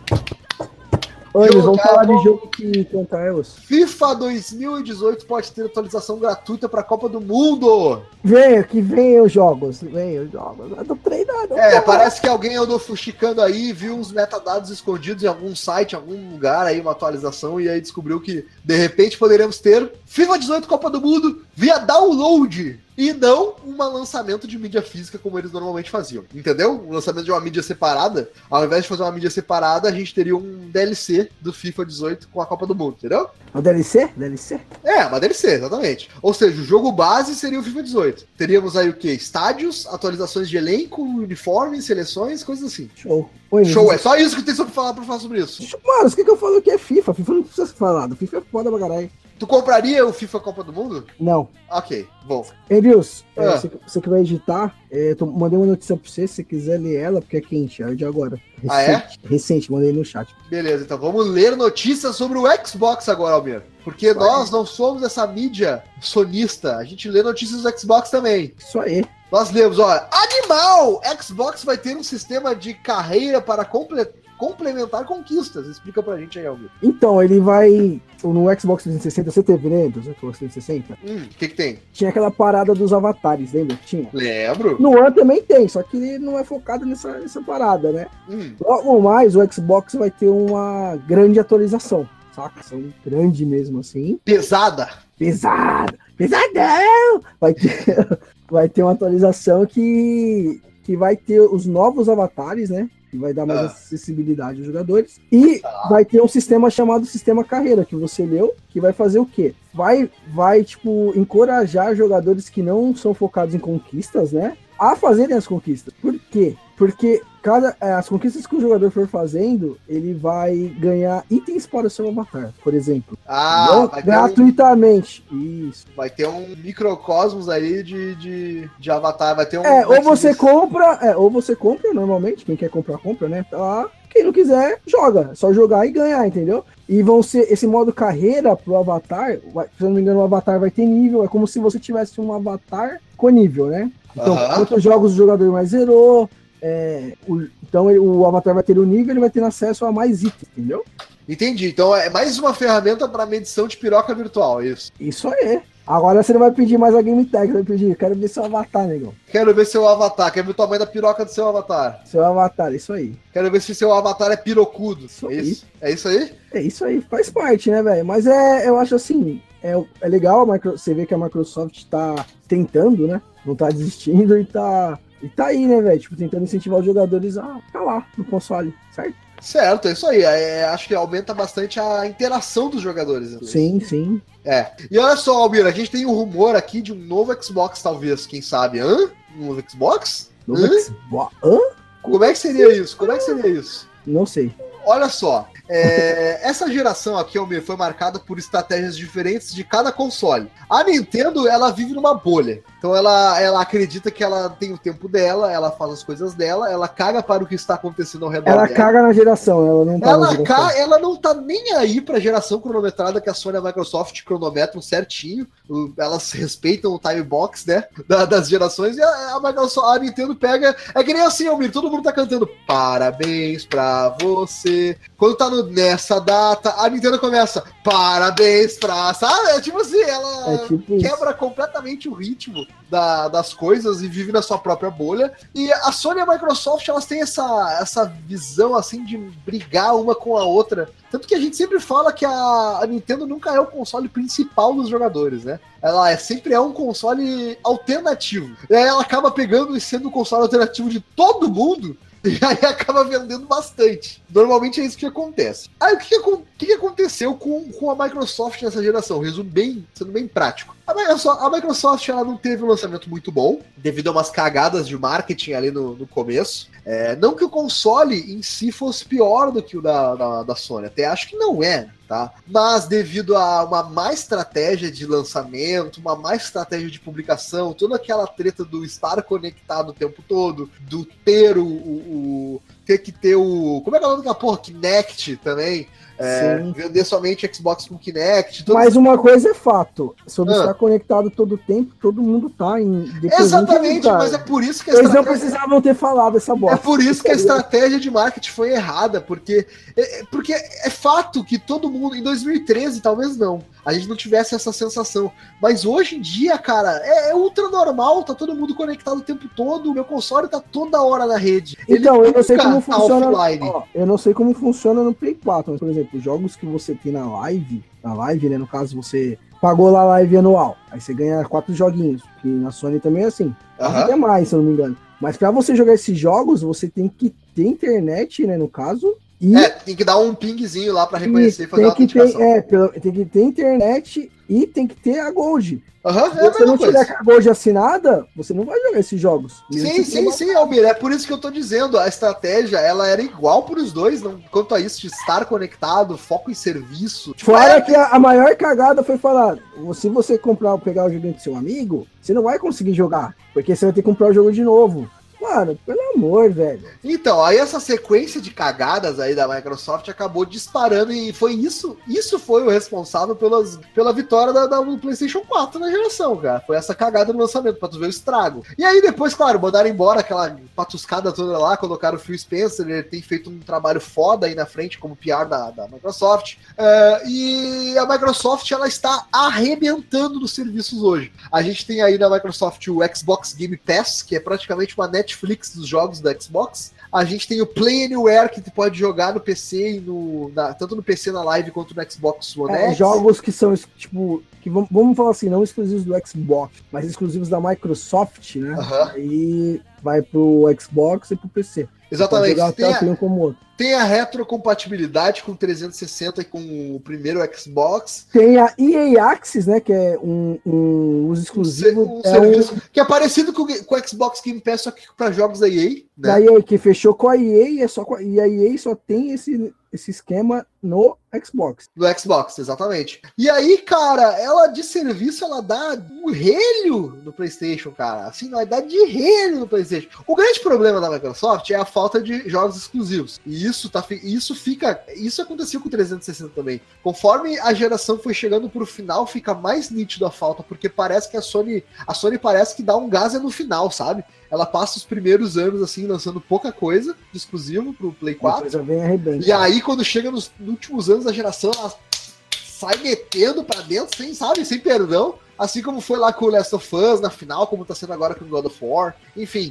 Oi, vamos falar de jogo que canta elas. FIFA dois mil e dezoito pode ter atualização gratuita para a Copa do Mundo. Venha, que venha os jogos. Venha os jogos. Eu tô treinando. É, cara. Parece que alguém andou fuxicando aí, viu uns metadados escondidos em algum site, em algum lugar aí, uma atualização, e aí descobriu que, de repente, poderemos ter FIFA dezoito Copa do Mundo via download. E não um lançamento de mídia física como eles normalmente faziam. Entendeu? Um lançamento de uma mídia separada. Ao invés de fazer uma mídia separada, a gente teria um D L C do FIFA dezoito com a Copa do Mundo, entendeu? Um D L C? D L C? É, uma D L C, exatamente. Ou seja, o jogo base seria o FIFA dezoito. Teríamos aí o quê? Estádios, atualizações de elenco, uniformes, seleções, coisas assim. Show. Oi, Show, é só isso que tem sobre falar pra falar sobre isso. Mano, o que, que eu falo que é FIFA? FIFA não precisa falar. FIFA é foda pra caralho. Tu compraria o FIFA Copa do Mundo? Não. Ok, bom. Enrios, ah. é, você, você que vai editar, é, tô, mandei uma notícia pra você, se você quiser ler ela, porque é quente, é de agora. Recente, ah, é? Recente, mandei no chat. Beleza, então vamos ler notícias sobre o Xbox agora, Almir. Porque vai. Nós não somos essa mídia sonista, a gente lê notícias do Xbox também. Isso aí. Nós lemos, olha, animal! Xbox vai ter um sistema de carreira para completar complementar conquistas. Explica pra gente aí, Almir. Então, ele vai... No Xbox trezentos e sessenta, você teve, né? Do Xbox trezentos e sessenta? Hum, o que que tem? Tinha aquela parada dos avatares, lembra? Tinha. Lembro. No One também tem, só que ele não é focado nessa, nessa parada, né? Hum. Logo mais, o Xbox vai ter uma grande atualização, saca? São grande mesmo, assim. Pesada. Pesada. Pesadão! Vai ter, vai ter uma atualização que, que vai ter os novos avatares, né? Que vai dar mais ah. acessibilidade aos jogadores. E ah. vai ter um sistema chamado Sistema Carreira, que você leu, que vai fazer o quê? Vai, vai tipo, encorajar jogadores que não são focados em conquistas, né? a fazerem as conquistas. Por quê? Porque cada, as conquistas que o jogador for fazendo, ele vai ganhar itens para o seu avatar, por exemplo. Ah, vai gratuitamente. Um, Isso. Vai ter um microcosmos aí de, de, de avatar. Vai ter um. É, ou você compra, é, ou você compra normalmente, quem quer comprar, compra, né? Tá lá. Quem não quiser, joga. Só jogar e ganhar, entendeu? E vão ser esse modo carreira pro avatar. Vai, se eu não me engano, o avatar vai ter nível. É como se você tivesse um avatar com nível, né? Então, uh-huh. quantos jogos o jogador mais zerou. É, o, então ele, o avatar vai ter o nível, ele vai ter acesso a mais itens, entendeu? Entendi. Então é mais uma ferramenta para medição de piroca virtual, isso. Isso aí. Agora você não vai pedir mais a game tag, você vai pedir, quero ver seu avatar, negão. Quero ver seu avatar, quero ver o tamanho da piroca do seu avatar. Seu avatar, isso aí. Quero ver se seu avatar é pirocudo. Isso é aí. isso? É isso aí? É isso aí, faz parte, né, velho? Mas é, eu acho assim, é, é legal a Micro, você vê que a Microsoft tá tentando, né? Não tá desistindo e tá, e tá aí, né, velho? Tipo, tentando incentivar os jogadores a ficar lá no console, certo? Certo, é isso aí. É, acho que aumenta bastante a interação dos jogadores. Né? Sim, sim. É. E olha só, Almir, a gente tem um rumor aqui de um novo Xbox, talvez, quem sabe? Hã? Um novo Xbox? Novo Hã? Xbox? Hã? Como é que seria isso? Como é que seria isso? Não sei. Olha só, é, essa geração aqui, Almir, foi marcada por estratégias diferentes de cada console. A Nintendo, ela vive numa bolha. Então ela, ela acredita que ela tem o tempo dela, ela faz as coisas dela, ela caga para o que está acontecendo ao redor ela dela. Ela caga na geração, ela não tá ela, ca... ela não tá nem aí pra geração cronometrada que a Sony e a Microsoft cronometram certinho. Elas respeitam o time box, né, das gerações, e a, a, Microsoft, a Nintendo pega... É que nem assim, Almir, todo mundo tá cantando parabéns pra você. Quando tá no, nessa data, a Nintendo começa parabéns pra... Sabe? É tipo assim, ela é tipo quebra isso. completamente o ritmo da, das coisas e vive na sua própria bolha. E a Sony e a Microsoft, elas têm essa, essa visão, assim, de brigar uma com a outra. Tanto que a gente sempre fala que a, a Nintendo nunca é o console principal dos jogadores, né? Ela é, sempre é um console alternativo. E aí ela acaba pegando e sendo o console alternativo de todo mundo, e aí acaba vendendo bastante. Normalmente é isso que acontece. Aí o que, que, que aconteceu com, com a Microsoft nessa geração? Resumo bem, sendo bem prático. A Microsoft, a Microsoft ela não teve um lançamento muito bom, devido a umas cagadas de marketing ali no, no começo. É, não que o console em si fosse pior do que o da, da, da Sony, até acho que não é, tá? Mas devido a uma má estratégia de lançamento, uma má estratégia de publicação, toda aquela treta do estar conectado o tempo todo, do ter o... o, o ter que ter o... Como é que é o nome daquela porra? Kinect também. É, vender somente Xbox com Kinect. Mas uma coisa é fato, sobre ah. estar conectado todo o tempo, todo mundo tá em... Exatamente, mas é por isso que a eles estratégia... não precisavam ter falado essa bosta. É por isso que a estratégia de marketing foi errada, porque é, porque é fato que todo mundo, em dois mil e treze, talvez não, a gente não tivesse essa sensação, mas hoje em dia, cara, é, é ultra normal, tá todo mundo conectado o tempo todo, o meu console tá toda hora na rede. Então, Ele eu não sei como tá funciona, ó, eu não sei como funciona no Play quatro, mas, por exemplo, os jogos que você tem na live, na live, né, no caso você pagou lá a live anual, aí você ganha quatro joguinhos, que na Sony também é assim, até uhum. mais, se eu não me engano. Mas pra você jogar esses jogos, você tem que ter internet, né, no caso. E é, tem que dar um pingzinho lá pra reconhecer e fazer uma autenticação. É, tem que ter internet e tem que ter a Gold. Uhum, Se é você não tiver a Gold assinada, você não vai jogar esses jogos. Sim, sim, sim, Almir. É por isso que eu tô dizendo, a estratégia, ela era igual para os dois, não, quanto a isso de estar conectado, foco em serviço. Fora é... que a, a maior cagada foi falar, se você comprar, pegar o jogo do seu amigo, você não vai conseguir jogar, porque você vai ter que comprar o jogo de novo. Mano, pelo amor, velho. Então, aí essa sequência de cagadas aí da Microsoft acabou disparando e foi isso, isso foi o responsável pelas, pela vitória da, da, do PlayStation quatro na geração, cara. Foi essa cagada no lançamento, pra tu ver o estrago. E aí depois, claro, mandaram embora aquela patuscada toda lá, colocaram o Phil Spencer, ele tem feito um trabalho foda aí na frente como P R da, da Microsoft. Uh, e a Microsoft, ela está arrebentando nos serviços hoje. A gente tem aí na Microsoft o Xbox Game Pass, que é praticamente uma net Netflix dos jogos da Xbox. A gente tem o Play Anywhere, que tu pode jogar no P C e no, na, tanto no P C na live quanto no Xbox One é, X. Jogos que são, tipo, que vamos, vamos falar assim, não exclusivos do Xbox, mas exclusivos da Microsoft, né? Uhum. Aí vai pro Xbox e pro P C. Exatamente. Jogar Tem tanto a, um como o outro. tem a retrocompatibilidade com trezentos e sessenta e com o primeiro Xbox. Tem a E A Access, né? Que é um, um uso exclusivo. Um, um é serviço um, que é parecido com, com o Xbox Game Pass, só que para jogos da E A. Né? da E A, que fechou com a E A, e, é só com a, e a E A só tem esse, esse esquema no Xbox. No Xbox, exatamente. E aí, cara, ela de serviço, ela dá um relho no PlayStation, cara. Assim, ela dá de relho no PlayStation. O grande problema da Microsoft é a falta de jogos exclusivos. E isso, tá, isso fica... Isso aconteceu com o trezentos e sessenta também. Conforme a geração foi chegando pro final, fica mais nítido a falta, porque parece que a Sony... A Sony parece que dá um gás no final, sabe? Ela passa os primeiros anos, assim, lançando pouca coisa de exclusivo pro Play quatro. Vem arrebenta. E aí, quando chega nos, nos últimos anos da geração, ela sai metendo pra dentro, sem, sabe, sem perdão. Assim como foi lá com o Last of Us na final, como tá sendo agora com o God of War. Enfim,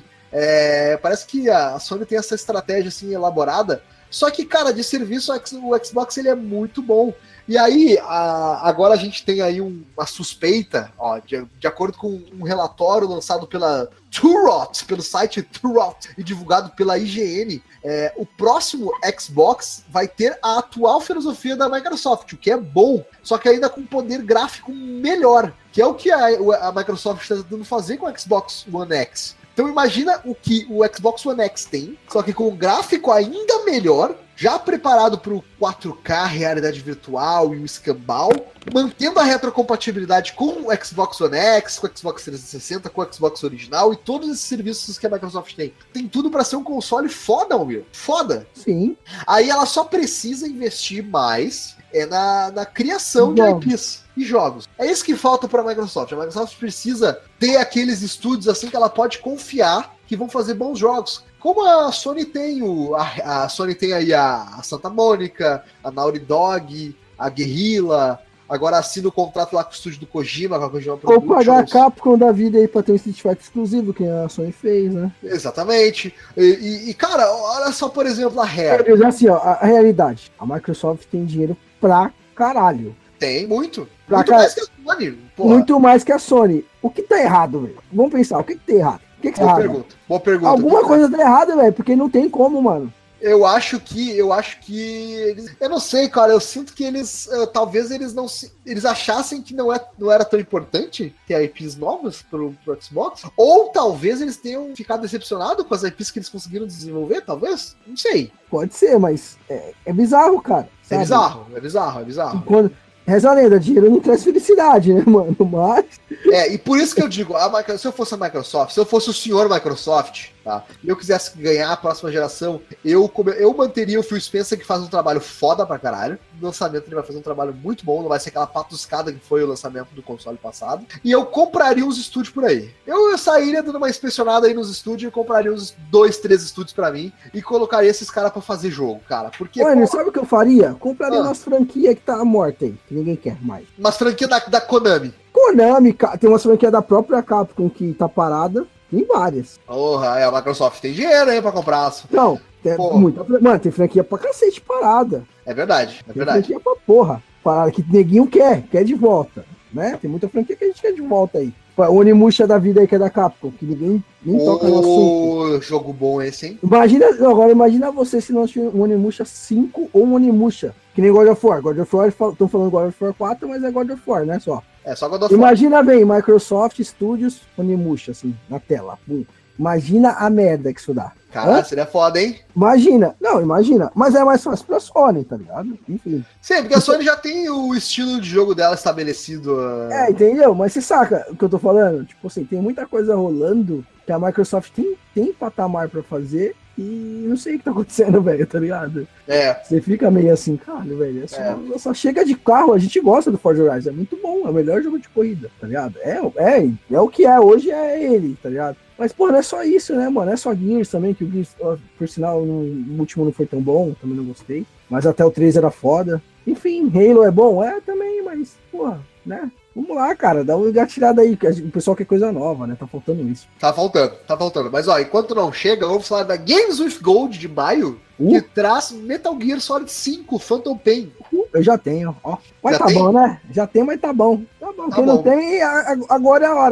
é, parece que a Sony tem essa estratégia, assim, elaborada. Só que, cara, de serviço, o Xbox, ele é muito bom. E aí, a, agora a gente tem aí um, uma suspeita, ó, de, de acordo com um relatório lançado pela Turot, pelo site Turot, e divulgado pela I G N, é, o próximo Xbox vai ter a atual filosofia da Microsoft, o que é bom, só que ainda com poder gráfico melhor, que é o que a, a Microsoft está tentando fazer com o Xbox One X. Então imagina o que o Xbox One X tem, só que com um gráfico ainda melhor, já preparado para o quatro K, realidade virtual e o escambau, mantendo a retrocompatibilidade com o Xbox One X, com o Xbox trezentos e sessenta, com o Xbox original e todos esses serviços que a Microsoft tem. Tem tudo para ser um console foda, Will. Foda. Sim. Aí ela só precisa investir mais é na, na criação de I Ps e jogos. É isso que falta para a Microsoft. A Microsoft precisa ter aqueles estúdios assim que ela pode confiar que vão fazer bons jogos. Como a Sony tem, o, a, a Sony tem aí a, a Santa Mônica, a Naughty Dog, a Guerrilla, agora assina o contrato lá com o estúdio do Kojima, com a Kojima Ou pagar a Capcom da vida aí pra ter um Street Fighter exclusivo, que a Sony fez, né? Exatamente. E, e, e cara, olha só, por exemplo, a Rare. É, assim, ó, a, a realidade, a Microsoft tem dinheiro pra caralho. Tem, muito. Pra muito car... mais que a Sony. Porra. Muito mais que a Sony. O que tá errado, velho? Vamos pensar, o que que tá errado? O que que tá Boa errado? pergunta. Boa pergunta. Alguma coisa tá errada, velho, porque não tem como, mano. Eu acho que, eu acho que eles, eu não sei, cara, eu sinto que eles, uh, talvez eles não se, eles achassem que não, é, não era tão importante ter I Ps novas pro, pro Xbox, ou talvez eles tenham ficado decepcionados com as I Ps que eles conseguiram desenvolver, talvez, não sei. Pode ser, mas é, é bizarro, cara. É bizarro, é bizarro, é bizarro. Quando, reza a lenda, dinheiro não traz felicidade, né, mano, mas... É, e por isso que eu digo, a Microsoft, se eu fosse a Microsoft, se eu fosse o senhor Microsoft, tá, e eu quisesse ganhar a próxima geração, eu, eu manteria o Phil Spencer, que faz um trabalho foda pra caralho. No lançamento ele vai fazer um trabalho muito bom, não vai ser aquela patuscada que foi o lançamento do console passado. E eu compraria uns estúdios por aí. Eu, eu sairia dando uma inspecionada aí nos estúdios e compraria uns dois, três estúdios pra mim e colocaria esses caras pra fazer jogo, cara. Porque, mano, pô, sabe o que eu faria? Compraria Ah. umas franquias que tá morta aí, que ninguém quer mais. umas franquias da, da Konami. Konami, ca- tem umas franquias da própria Capcom que tá parada, tem várias. Porra, é, a Microsoft tem dinheiro aí pra comprar. Não, tem Pô. muita, fran- mano, tem franquia pra cacete parada. É verdade, é Tem verdade. franquia pra porra. Parada que neguinho quer, quer de volta, né? Tem muita franquia que a gente quer de volta aí. O Onimusha da vida aí que é da Capcom, que ninguém nem toca no assunto. Ô, jogo bom esse, hein? Imagina, agora imagina você se não tiver um Onimusha cinco ou um Onimusha, que nem God of War. God of War, estão falando God of War quatro, mas é God of War, né, só. É só God of War. Imagina bem, Microsoft Studios Onimusha, assim, na tela. Pum. Imagina a merda que isso dá. Cara, Hã? seria foda, hein? Imagina. Não, imagina. Mas é mais fácil pra Sony, tá ligado? Enfim. Sim, porque a Sony já tem o estilo de jogo dela estabelecido. uh, É, entendeu? Mas você saca o que eu tô falando? Tipo assim, tem muita coisa rolando que a Microsoft tem, tem patamar pra fazer e não sei o que tá acontecendo, velho, tá ligado? É. Você fica meio assim, cara, velho, é só, É. só chega de carro, a gente gosta do Forza Horizon, é muito bom, é o melhor jogo de corrida, tá ligado? É, é, é o que é, hoje é ele, tá ligado? Mas, pô, não é só isso, né, mano? É só Gears também, que o Gears, ó, por sinal, no, o último não foi tão bom, também não gostei. Mas até o três era foda. Enfim, Halo é bom? É, também, mas, porra, né? Vamos lá, cara, dá uma gatilhada aí, que a gente- o pessoal quer coisa nova, né? Tá faltando isso. Tá faltando, tá faltando. Mas ó, enquanto não chega, vamos falar da Games with Gold de maio, Uh. que traz Metal Gear Solid cinco, Phantom Pain. Uh, eu já tenho, ó. Mas Já tá tem? bom, né? Já tem, mas tá bom. Tá bom. Tá Quem bom. não tem, a- a- agora é a hora, cara.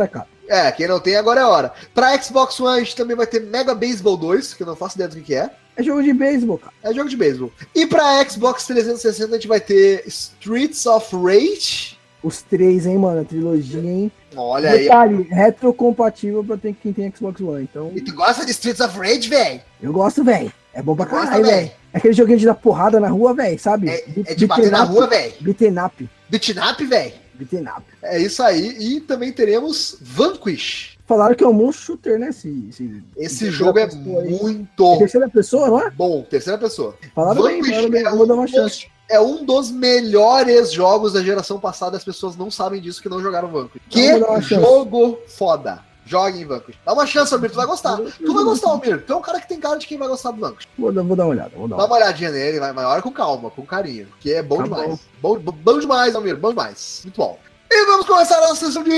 É, quem não tem agora é hora. Pra Xbox One a gente também vai ter Mega Baseball dois, que eu não faço ideia do que que é. É jogo de beisebol, cara. É jogo de beisebol. E pra Xbox trezentos e sessenta a gente vai ter Streets of Rage. Os três, hein, mano? A trilogia, hein? Olha aí. Detalhe, retrocompatível pra ter, quem tem Xbox One, então... E tu gosta de Streets of Rage, velho? Eu gosto, velho. É bom pra Gosta, caralho, véi. velho. É aquele joguinho de dar porrada na rua, velho, sabe? É, Beat- é de bater na beaten up. rua, velho. Beaten up. Beaten up, velho. Beaten up. É isso aí. E também teremos Vanquish. Falaram que é um monstro shooter, né? Esse, esse, Esse jogo é pessoa aí. muito É terceira pessoa, não é? bom. Terceira pessoa. Falaram bem, Vanquish falaram bem. é Eu vou dar uma um chance. dos- É um dos melhores jogos da geração passada. As pessoas não sabem disso que não jogaram Vanquish. Que vou dar uma chance. jogo foda. Jogue em Vanquish. Dá uma chance, Almir. Tu vai gostar. Tu vai gostar, Almir. Tu é um cara que tem cara de quem vai gostar do Vanquish. Vou, dar- vou dar uma olhada, vou dar Dá uma uma olhadinha nele, vai, mas olha com calma, com carinho. Que é bom Tá demais. Bom. Bom, bom demais, Almir. Bom demais. Muito bom. E vamos começar a nossa sessão de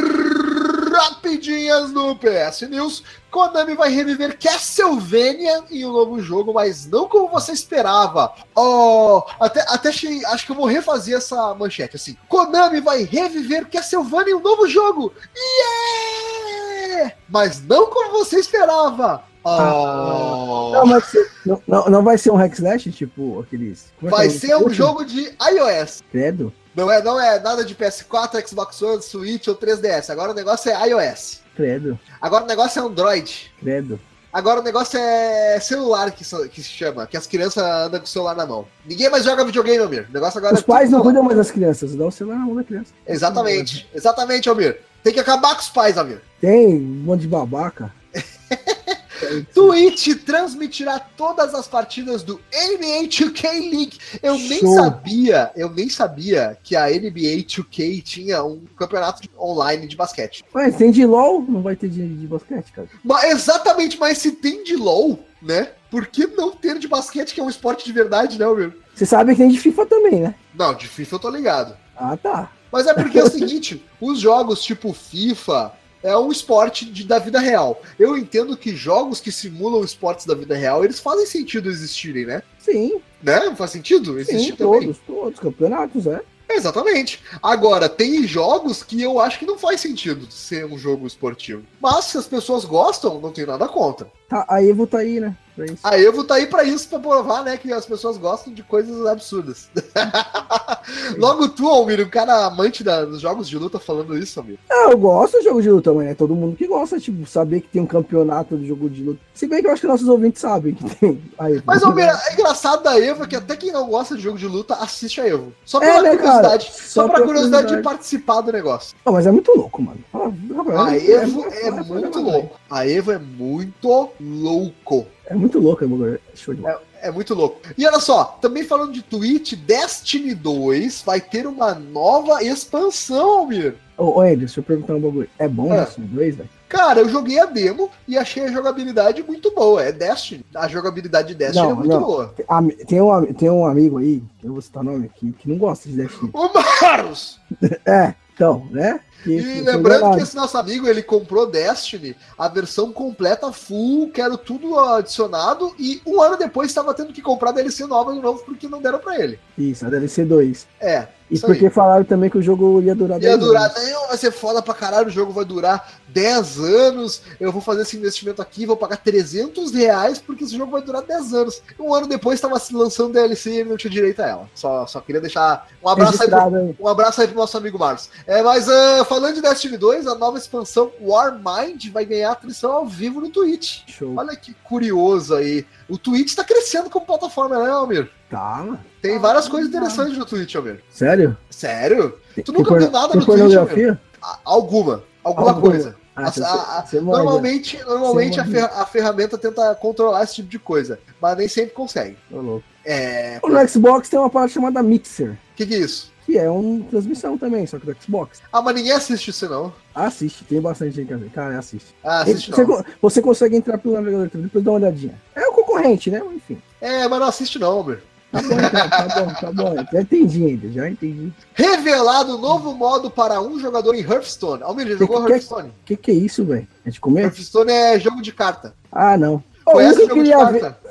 rapidinhas no P S News. Konami vai reviver Castlevania em um novo jogo, mas não como você esperava. Oh, até, até achei, acho que eu vou refazer essa manchete assim. Konami vai reviver Castlevania em um novo jogo. Yeah! Mas não como você esperava. Oh. Não, mas se- não, não, não vai ser um hack slash, tipo aqueles... como é que Vai é? ser um jogo de iOS. Credo, Não é, não é nada de P S quatro, Xbox One, Switch ou três D S. Agora o negócio é iOS. credo, Agora o negócio é Android. credo. Agora o negócio é celular que, so- que se chama, que as crianças andam com o celular na mão. Ninguém mais joga videogame, Almir. O negócio agora Os é pais tudo não celular. cuidam mais das crianças, dá o celular na mão da criança. Exatamente, exatamente, Almir. Tem que acabar com os pais, Almir. Tem um monte de babaca. Twitch transmitirá todas as partidas do N B A dois K League. Eu nem Show. sabia, eu nem sabia que a N B A dois K tinha um campeonato online de basquete. Mas tem de LOL, não vai ter de, de basquete, cara. Mas, exatamente, mas se tem de LoL, né? Por que não ter de basquete, que é um esporte de verdade, né, meu? Você sabe que tem de FIFA também, né? Não, de FIFA eu tô ligado. Ah, tá. Mas é porque é o seguinte, os jogos tipo FIFA é um esporte de- da vida real. Eu entendo que jogos que simulam esportes da vida real, eles fazem sentido existirem, né? Sim, Né? Não faz sentido? sim, Existir também. todos, todos, campeonatos, é. Exatamente. Agora, tem jogos que eu acho que não faz sentido ser um jogo esportivo. Mas se as pessoas gostam, não tem nada contra. Tá, a Evo tá aí, né? Pra isso. A Evo tá aí pra isso, pra provar, né, que as pessoas gostam de coisas absurdas. Logo tu, Almir, um cara amante da- dos jogos de luta falando isso, Almir. Ah, eu gosto de jogo de luta, mas é todo mundo que gosta, tipo, saber que tem um campeonato de jogo de luta. Se bem que eu acho que nossos ouvintes sabem que tem a Evo. Mas, Almir, é engraçado da Evo que até quem não gosta de jogo de luta assiste a Evo. Só É, pela né, curiosidade. cara? Só, Só pra pela curiosidade de curiosidade. participar do negócio. Não, mas é muito louco, mano. Fala- fala- A é- Evo é- é muito louco. A Evo é muito louco. É muito louco, é muito- é show de bola. É muito louco. E olha só, também falando de Twitch, Destiny dois vai ter uma nova expansão, Almir. Ô, ô, Andrew, deixa eu perguntar um bagulho. É bom Ah. Destiny dois, velho? Cara, eu joguei a demo e achei a jogabilidade muito boa. É Destiny. A jogabilidade de Destiny Não, é muito não. boa. Ah, Tem um, am- tem um amigo aí, que eu vou citar o nome aqui, que não gosta de Destiny. O Marlos! É, então, né? Que- E que- lembrando foi que esse nosso amigo, ele comprou Destiny, a versão completa, full, quero tudo adicionado, e um ano depois estava tendo que comprar D L C nova de novo porque não deram pra ele. Isso, a D L C dois. É, E isso porque aí. falaram também que o jogo ia durar Ia dez durar, anos. não, vai ser foda pra caralho, o jogo vai durar dez anos, eu vou fazer esse investimento aqui, vou pagar trezentos reais porque esse jogo vai durar dez anos. Um ano depois estava se lançando D L C e ele não tinha direito a ela. Só, só queria deixar um abraço aí pro, Registrado aí. um abraço aí pro nosso amigo Marcos. É, mas ah, falando de Destiny dois, a nova expansão Warmind vai ganhar transmissão ao vivo no Twitch. Show. Olha que curioso aí. O Twitch tá crescendo como plataforma, né, Almir? Tá, mano. Tem Ah, várias coisas não. interessantes no Twitch, Almir. Sério? Sério? Tem- Tu nunca tem viu porno- nada tem no Twitch, pornografia? A- Alguma. Alguma Alguma. coisa. Ah, A- você- a- a- você manda. normalmente normalmente a, Você fer- a ferramenta tenta controlar esse tipo de coisa, mas nem sempre consegue. Ô, louco. É. No Xbox tem uma parada chamada Mixer, O que, que é isso? que é uma transmissão também, só que do Xbox. Ah, mas ninguém assiste isso, não. Assiste, tem bastante gente que assiste. Cara, assiste. Ah, assiste você, não. co- você consegue entrar pelo navegador, depois dá uma olhadinha. É o concorrente, né? Enfim. É, mas não assiste não, Almir. Tá bom, então, tá bom, tá bom. Já entendi ainda, já entendi. Revelado novo modo para um jogador em Hearthstone. Almir, já jogou que- Hearthstone? O que, que é isso, velho? É de comer? Hearthstone é jogo de carta. Ah, não. Ô, Conhece isso o eu jogo de queria ver. carta?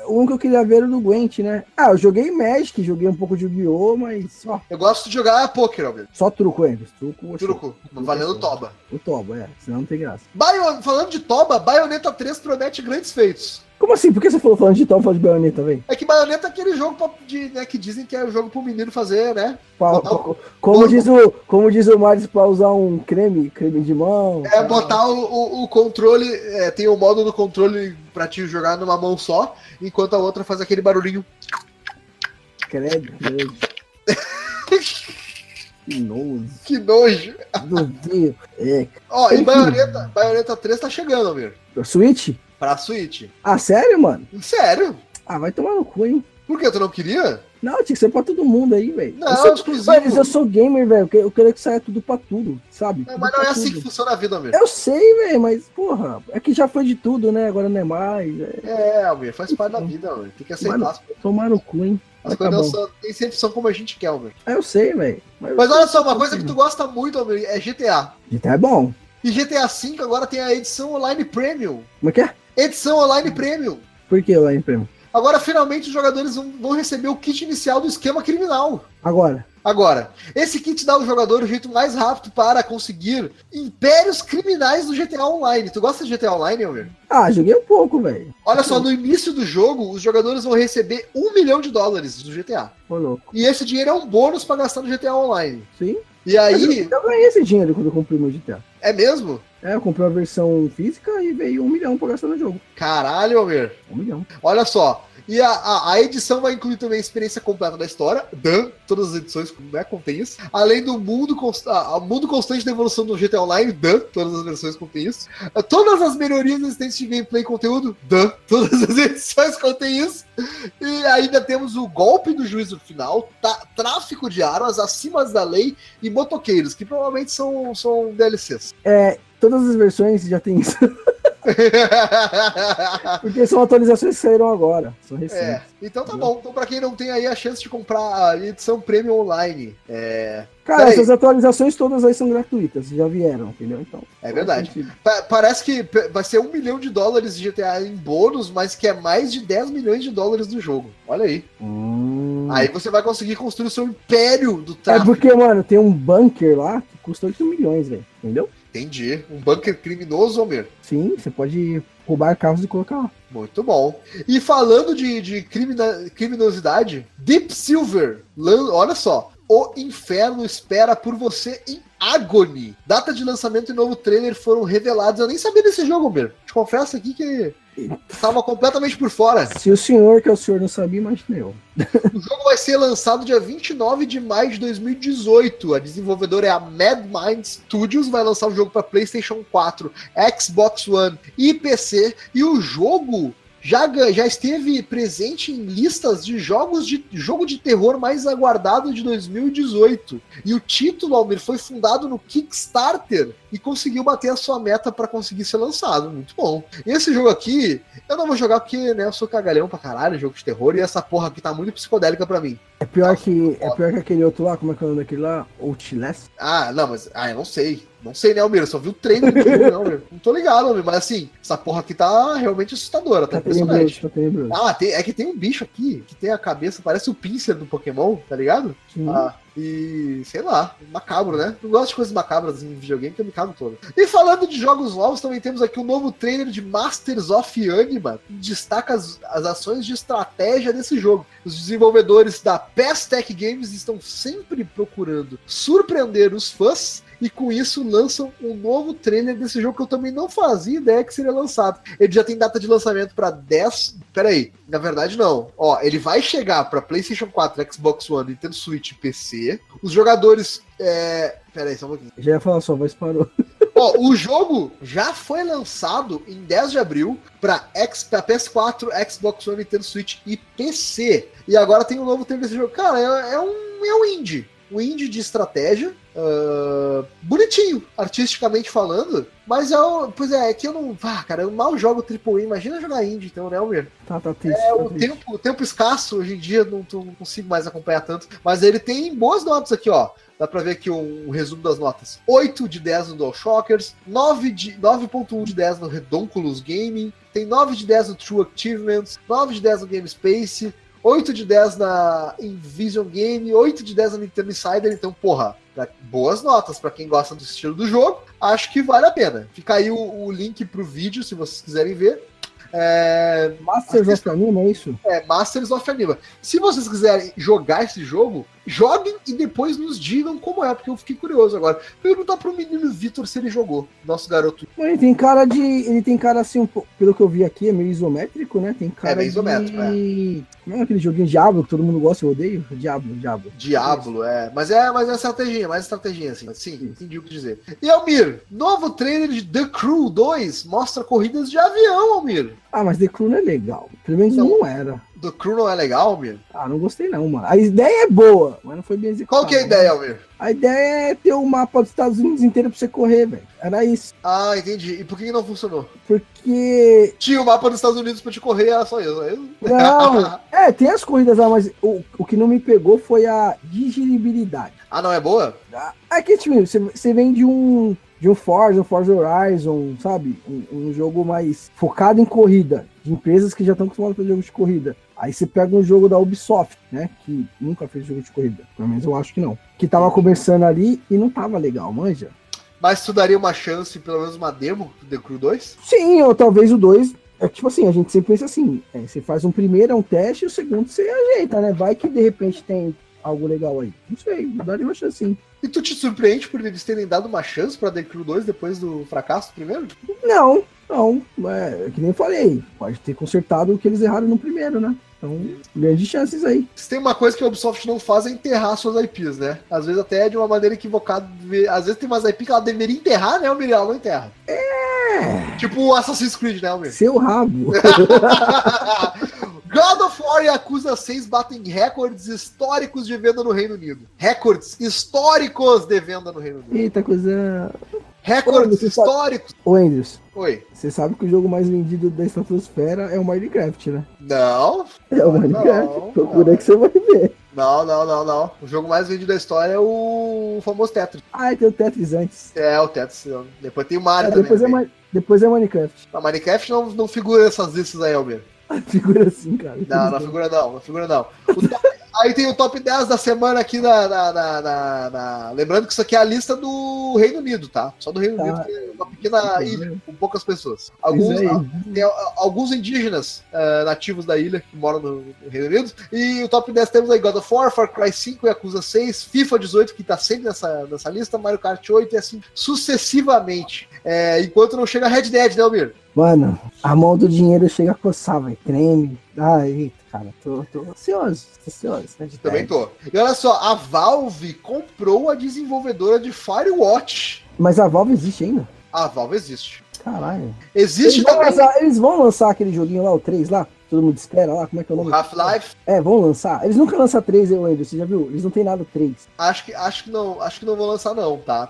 o único que eu queria ver era o do Gwent, né? Ah, eu joguei Magic, joguei um pouco de Yu-Gi-Oh!, mas só. Eu gosto de jogar poker, Alberto. Só truco, Andrews. Truco, Truco. Valendo toba. O toba, é. Senão não tem graça. Bio, falando de toba, Bayonetta três promete grandes feitos. Como assim? Por que você falou falando de toba, falando de Bayonetta, velho? É que Bayonetta é aquele jogo pra, de, né, que dizem que é o jogo pro menino fazer, né? Pra, botar o, como, diz o, como diz o Maris, pra usar um creme, creme de mão. É, tá? botar o, o, o controle, é, tem o modo do controle pra te jogar numa mão só, enquanto a outra faz aquele barulhinho. Credo, credo. Que nojo. Que nojo. Meu Deus. É. Ó, e Bayonetta, Bayonetta três tá chegando, Almir. Switch? Pra Switch. Ah, sério, mano? Sério? Ah, vai tomar no cu, hein? Por que? Tu não queria? Não, tinha que ser pra todo mundo aí, velho. Não, eu sou, exclusivo. Mas eu sou gamer, velho. Eu queria que saia tudo pra tudo, sabe? Não, Tudo mas não pra é assim tudo. que funciona a vida, Almir. Eu sei, velho, mas, porra, é que já foi de tudo, né? Agora não é mais. É... É, Almir, faz parte da vida, Almir. Tem que aceitar Mano, as coisas. tomar no cu, hein? As Mas coisas tá não bom. são, nem sempre são como a gente quer, Almir. É, eu sei, velho. Mas olha só, uma coisa que tu gosta muito, Almir, é G T A. G T A é bom. E G T A cinco agora tem a edição online premium. Como é que é? Edição online premium. Por que lá em prêmio? Agora, finalmente, os jogadores vão, vão receber o kit inicial do esquema criminal. Agora. Agora, esse kit dá ao jogador o jeito mais rápido para conseguir impérios criminais do G T A Online. Tu gosta de G T A Online, Elmer? Ah, joguei um pouco, velho. Olha só, no início do jogo, os jogadores vão receber um milhão de dólares do G T A. Ô, louco. E esse dinheiro é um bônus para gastar no G T A Online. Sim. E aí... Mas eu, eu ganhei esse dinheiro quando eu comprei meu G T A. É mesmo? É, eu comprei a versão física e veio um milhão pra gastar no jogo. Caralho, Elmer. Um milhão. Olha só. E a, a, a edição vai incluir também a experiência completa da história. Dan, todas as edições, né, contém isso. Além do mundo, const, a, a mundo constante da evolução do G T A Online. Dan, todas as versões contém isso. Todas as melhorias existentes de gameplay e conteúdo. Dan, todas as edições contém isso. E ainda temos o golpe do juízo final, tá, tráfico de armas acima da lei e motoqueiros, que provavelmente são, são D L Cs. É, todas as versões já tem isso. Porque são atualizações que saíram agora. São recentes. É, então tá bom. Então, pra quem não tem aí a chance de comprar a edição Premium Online, é. Cara, Peraí. essas atualizações todas aí são gratuitas, já vieram, entendeu? Então. É verdade. Pa- parece que p- vai ser um milhão de dólares de G T A em bônus, mas que é mais de dez milhões de dólares do jogo. Olha aí. Hum. Aí você vai conseguir construir o seu império do É tráfico. porque, mano, tem um bunker lá que custa oito milhões, velho. Entendeu? Entendi. Um bunker criminoso, Homer. Sim, você pode roubar carros e colocar lá. Muito bom. E falando de, de crimina- criminosidade, Deep Silver, lan- olha só, o inferno espera por você em Agony. Data de lançamento e novo trailer foram revelados. Eu nem sabia desse jogo, Homer. Te confesso aqui que estava completamente por fora. Se o senhor, que é o senhor, não sabia, imagina eu. O jogo vai ser lançado dia vinte e nove de maio de dois mil e dezoito. A desenvolvedora é a Mad Mind Studios, vai lançar o jogo para PlayStation quatro, Xbox One e P C. E o jogo já, ga- já esteve presente em listas de jogos de jogo de terror mais aguardado de dois mil e dezoito. E o título, Almir, foi fundado no Kickstarter e conseguiu bater a sua meta para conseguir ser lançado. Muito bom. E esse jogo aqui, eu não vou jogar porque, né, eu sou cagalhão pra caralho, jogo de terror, e essa porra aqui tá muito psicodélica pra mim. É pior que, é pior que aquele outro lá, como é que é o nome daquele lá? Outlast? Ah, não, mas. Ah, eu não sei. Não sei, né, Almir? Eu só vi o trailer do jogo, não, Almir. Não tô ligado, Almir. Mas assim, essa porra aqui tá realmente assustadora, tá Tá tenebroso, impressionante. tá tenebroso. Ah, tem- é que tem um bicho aqui que tem a cabeça, parece o Pinsir do Pokémon, tá ligado? Sim. Ah, e sei lá, macabro, né? Não gosto de coisas macabras em videogame, que eu me cago todo. E falando de jogos novos, também temos aqui um novo trailer de Masters of Anima, que destaca as, as ações de estratégia desse jogo. Os desenvolvedores da P E S Tech Games estão sempre procurando surpreender os fãs e com isso lançam um novo trailer desse jogo que eu também não fazia ideia que seria lançado. Ele já tem data de lançamento para dez. Peraí, na verdade não. Ó, ele vai chegar para PlayStation quatro, Xbox One, Nintendo Switch e P C. Os jogadores. É... Peraí, só um pouquinho. Já ia falar só, vai parou. Ó, o jogo já foi lançado em dez de abril para P S quatro, Xbox One, Nintendo Switch e P C. E agora tem um novo trailer desse jogo. Cara, é, é um, é um indie. um indie de estratégia, uh, bonitinho, artisticamente falando, mas é o, pois é, é que eu não, ah, cara, eu mal jogo triplo A, imagina jogar indie, então, né, Almir? Tá, tá triste. É, tá o triste. tempo, o tempo escasso, hoje em dia, não, tô- não consigo mais acompanhar tanto, mas ele tem boas notas aqui, ó. Dá pra ver aqui um, um resumo das notas. oito de dez no DualShockers, nove de, nove ponto um de dez no Redonculus Gaming, tem nove de dez no True Achievements, nove de dez no GameSpace, oito de dez na Invision Game, oito de dez na Nintendo Insider, então, porra, pra- boas notas pra quem gosta do estilo do jogo, acho que vale a pena. Fica aí o, o link pro vídeo, se vocês quiserem ver. É, Masters of Anima, é isso? é Masters of Anima. Se vocês quiserem jogar esse jogo, joguem e depois nos digam como é, porque eu fiquei curioso agora. Perguntar pro menino Vitor se ele jogou, nosso garoto. Ele tem cara de. Ele tem cara assim, um pouco, pelo que eu vi aqui, é meio isométrico, né? Tem cara meio isométrico, de. Não é aquele joguinho Diablo que todo mundo gosta, eu odeio? Diablo, Diablo. Diablo, é. Mas é, mas é estratégia, mais estratégia, assim. Sim, entendi o que dizer. E Almir, novo trailer de The Crew dois mostra corridas de avião, Almir. Ah, mas The Crew não é legal. Pelo menos Não. não era. The Crew não é legal, Almir? Ah, não gostei não, mano. A ideia é boa, mas não foi bem executada. Qual que é a ideia, Almir? A ideia é ter o mapa dos Estados Unidos inteiro pra você correr, velho. Era isso. Ah, entendi. E por que que não funcionou? Porque. Tinha o mapa dos Estados Unidos pra te correr, era só isso. é isso? Não, é, tem as corridas lá, mas o, o que não me pegou foi a digeribilidade. Ah, não é boa? É que, tipo, você, você vem de um, de um Forza, um Forza Horizon, sabe? Um, um jogo mais focado em corrida, de empresas que já estão acostumadas com jogos de corrida. Aí você pega um jogo da Ubisoft, né? Que nunca fez jogo de corrida. Pelo menos eu acho que não. Que tava começando ali e não tava legal, manja? Mas tu daria uma chance, pelo menos uma demo do The Crew dois? Sim, ou talvez o dois. É tipo assim, a gente sempre pensa assim. É, você faz um primeiro, é um teste, e o segundo você ajeita, né? Vai que de repente tem algo legal aí. Não sei, daria uma chance sim. E tu te surpreende por eles terem dado uma chance pra The Crew dois depois do fracasso do primeiro? Não, não. É, que nem eu falei. Pode ter consertado o que eles erraram no primeiro, né? Então, grandes chances aí. Se tem uma coisa que a Ubisoft não faz é enterrar suas I Ps, né? Às vezes até de uma maneira equivocada. Às vezes tem umas I P que ela deveria enterrar, né, Almir? Ela não enterra. É. Tipo o Assassin's Creed, né, Almir? Seu rabo. God of War e Yakuza seis batem recordes históricos de venda no Reino Unido. Recordes históricos de venda no Reino Unido. Eita, coisa. Recordes Ô, você sabe- históricos. Ô, Andrews, Oi. você sabe que o jogo mais vendido da estratosfera é o Minecraft, né? Não. É o Minecraft. Não, Procura não. que você vai ver. Não, não, não, não. O jogo mais vendido da história é o famoso Tetris. Ah, tem o Tetris antes. É, o Tetris. Depois tem o Mario É, também. depois, é né? Ma- depois é Minecraft. A Minecraft não, não figura nessas listas aí, Almir. Figura assim, cara. Não, não figura não, não figura não. O top- aí tem o top dez da semana aqui na, na, na- na- na- Lembrando que isso aqui é a lista do Reino Unido, tá? Só do Reino Tá. Unido, que é uma pequena ilha com poucas pessoas. Alguns, Isso aí. tem a- alguns indígenas eh, nativos da ilha que moram no, no Reino Unido. E o top dez temos aí God of War, Far Cry cinco, Yakuza seis, FIFA dezoito, que tá sempre nessa, nessa lista, Mario Kart oito e assim sucessivamente. É, enquanto não chega Red Dead, né, Almir? Mano, a mão do dinheiro chega a coçar, velho. Treme. Ai, cara, tô, tô ansioso. Tô ansioso. Né, de Também tarde. tô. E olha só, a Valve comprou a desenvolvedora de Firewatch. Mas a Valve existe ainda? A Valve existe. Caralho. Existe Eles vão, também lançar, eles vão lançar aquele joguinho lá, o três lá? Todo mundo espera lá? Como é que é o o nome? Half-Life. É, vão lançar. Eles nunca lançam três, eu Andrew, você já viu? Eles não tem nada três. Acho que, acho, que não, acho que não vão lançar, não, tá?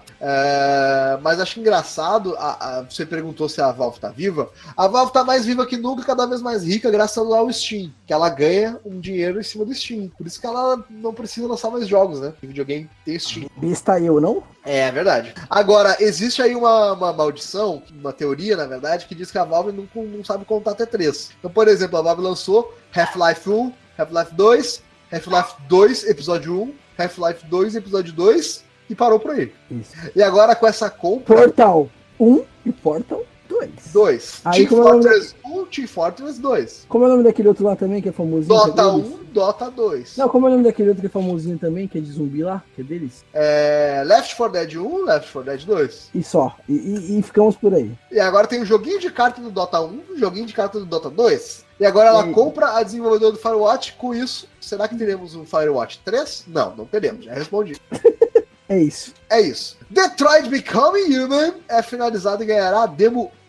É, mas acho engraçado. A, a- você perguntou se a Valve tá viva. A Valve tá mais viva que nunca, cada vez mais rica, graças ao Steam. Que ela ganha um dinheiro em cima do Steam. Por isso que ela não precisa lançar mais jogos, né? O videogame tem Steam. Besta eu, não? É verdade. Agora, existe aí uma, uma maldição, uma teoria, na verdade, que diz que a Valve não, não sabe contar até três. Então, por exemplo, a Valve lançou Half-Life um, Half-Life dois, Half-Life dois, episódio um, Half-Life dois, episódio dois, e parou por aí. Isso. E agora, com essa compra, Portal um e Portal dois. dois. Aí, Team como é o nome Fortress um, Team Fortress dois. Como é o nome daquele outro lá também, que é famosinho? Dota que é deles? um, Dota dois. Não, como é o nome daquele outro que é famosinho também, que é de zumbi lá, que é deles? É, Left four Dead um, Left four Dead dois. E só. E, e- e ficamos por aí. E agora tem um joguinho de carta do Dota um, um joguinho de carta do Dota dois. E agora ela E- compra a desenvolvedora do Firewatch. Com isso, será que teremos um Firewatch três? Não, não teremos. Já respondi. É isso. É isso. Detroit Become Human é finalizado e ganhará a demo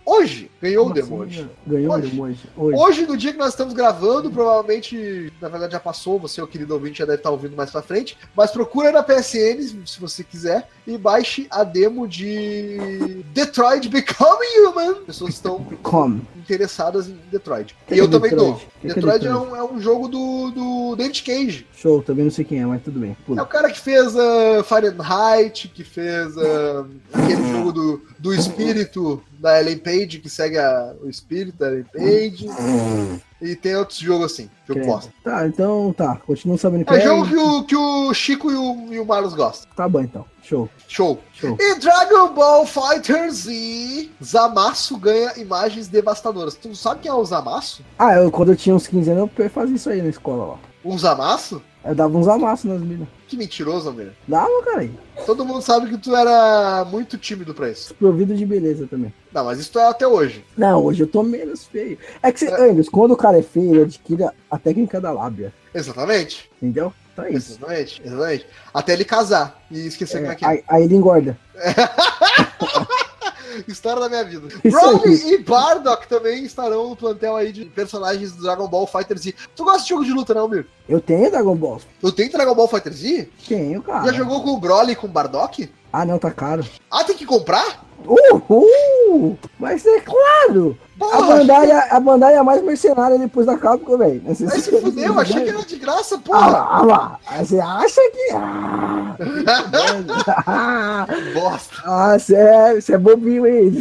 Hoje, ganhou Como o demo assim, hoje. Ganhou Hoje. o demo hoje. Hoje. Hoje, no dia que nós estamos gravando, provavelmente, na verdade já passou, você, o querido ouvinte, já deve estar ouvindo mais pra frente, mas procura na P S N, se você quiser, e baixe a demo de Detroit Become Human. As pessoas estão Come. interessadas em Detroit. Que e eu é também tô. Detroit? Que que é Detroit é, Detroit? um, é um jogo do, do David Cage. Show, também não sei quem é, mas tudo bem. É Pula. o cara que fez uh, Fahrenheit, que fez uh, aquele jogo do, do espírito da Ellen Page, que segue a, o espírito da Ellen Page. E tem outros jogos assim, que eu Credo. gosto. Tá, então tá. Continuo sabendo que É jogo que o, que o Chico e o, e o Marlos gostam. Tá bom então. Show. Show. Show. E Dragon Ball Fighter Z, Zamasu ganha imagens devastadoras. Tu sabe quem é o Zamasu? Ah, eu, quando eu tinha uns quinze anos, eu fazia isso aí na escola, ó. Um Zamasu? Eu dava uns amassos nas minas. Que mentiroso, amigo. Dava, cara. Todo mundo sabe que tu era muito tímido pra isso. Desprovido de beleza também. Não, mas isso tu é até hoje. Não, hoje eu tô menos feio. É que, cê, É. Angus, quando o cara é feio, ele adquire a técnica da lábia. Exatamente. Entendeu? Então é isso. Exatamente. Exatamente. Até ele casar e esquecer como é É, que é. aí, aí ele engorda. História da minha vida. Isso Broly aí. e Bardock também estarão no plantel aí de personagens do Dragon Ball Fighter Z. Tu gosta de jogo de luta, não, Mir? Eu tenho Dragon Ball. Tu tem Dragon Ball Fighter Z? Tenho, cara. Já jogou com o Broly e com o Bardock? Ah, não, tá caro. Ah, tem que comprar? Uhul! Mas é claro! A Porra, Bandai, é- a Bandai é a mais mercenária depois da Capcom, velho. Não sei vai se você fuder, eu achei que era de graça, Ah porra. lá, ah lá. Aí você acha que. Ah, Bosta. ah você é, você é bobinho, hein?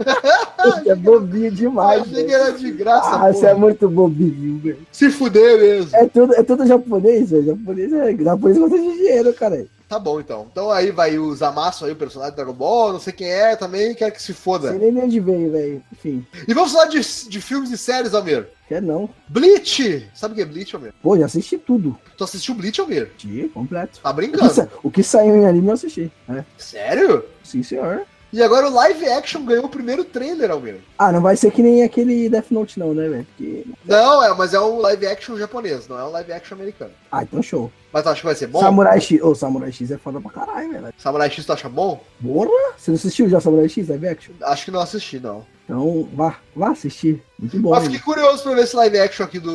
Você é bobinho Eu demais. achei que velho. era de graça, Ah, você é porra. muito bobinho, velho. Se fuder mesmo. É tudo, é tudo japonês, velho. Japonês é. Japonês gosta de dinheiro, cara. Tá bom, então. Então aí vai o Zamasu aí, o personagem do Dragon Ball, não sei quem é, também quer que se foda. Sei nem de onde veio, velho. Enfim, E vamos falar de, de filmes e séries, Almir. quer não. Bleach! Sabe o que é Bleach, Almir? Pô, já assisti tudo. Tu assistiu Bleach, Almir? Assisti completo. Tá O que, brincando? sa- o que saiu em anime eu assisti. É. Sério? Sim, senhor. E agora o live action ganhou o primeiro trailer, Almir. Ah, não vai ser que nem aquele Death Note, não, né, velho? Porque... Não, é, mas é um live action japonês, não é um live action americano. Ah, então show. Mas tu acha que vai ser bom? Samurai X. Ô, Samurai X é foda pra caralho, velho. Samurai X tu acha bom? Porra! Você não assistiu já Samurai X live action? Acho que não assisti, não. Então, vá, vá assistir. Muito bom. Mas velho. fiquei curioso pra ver esse live action aqui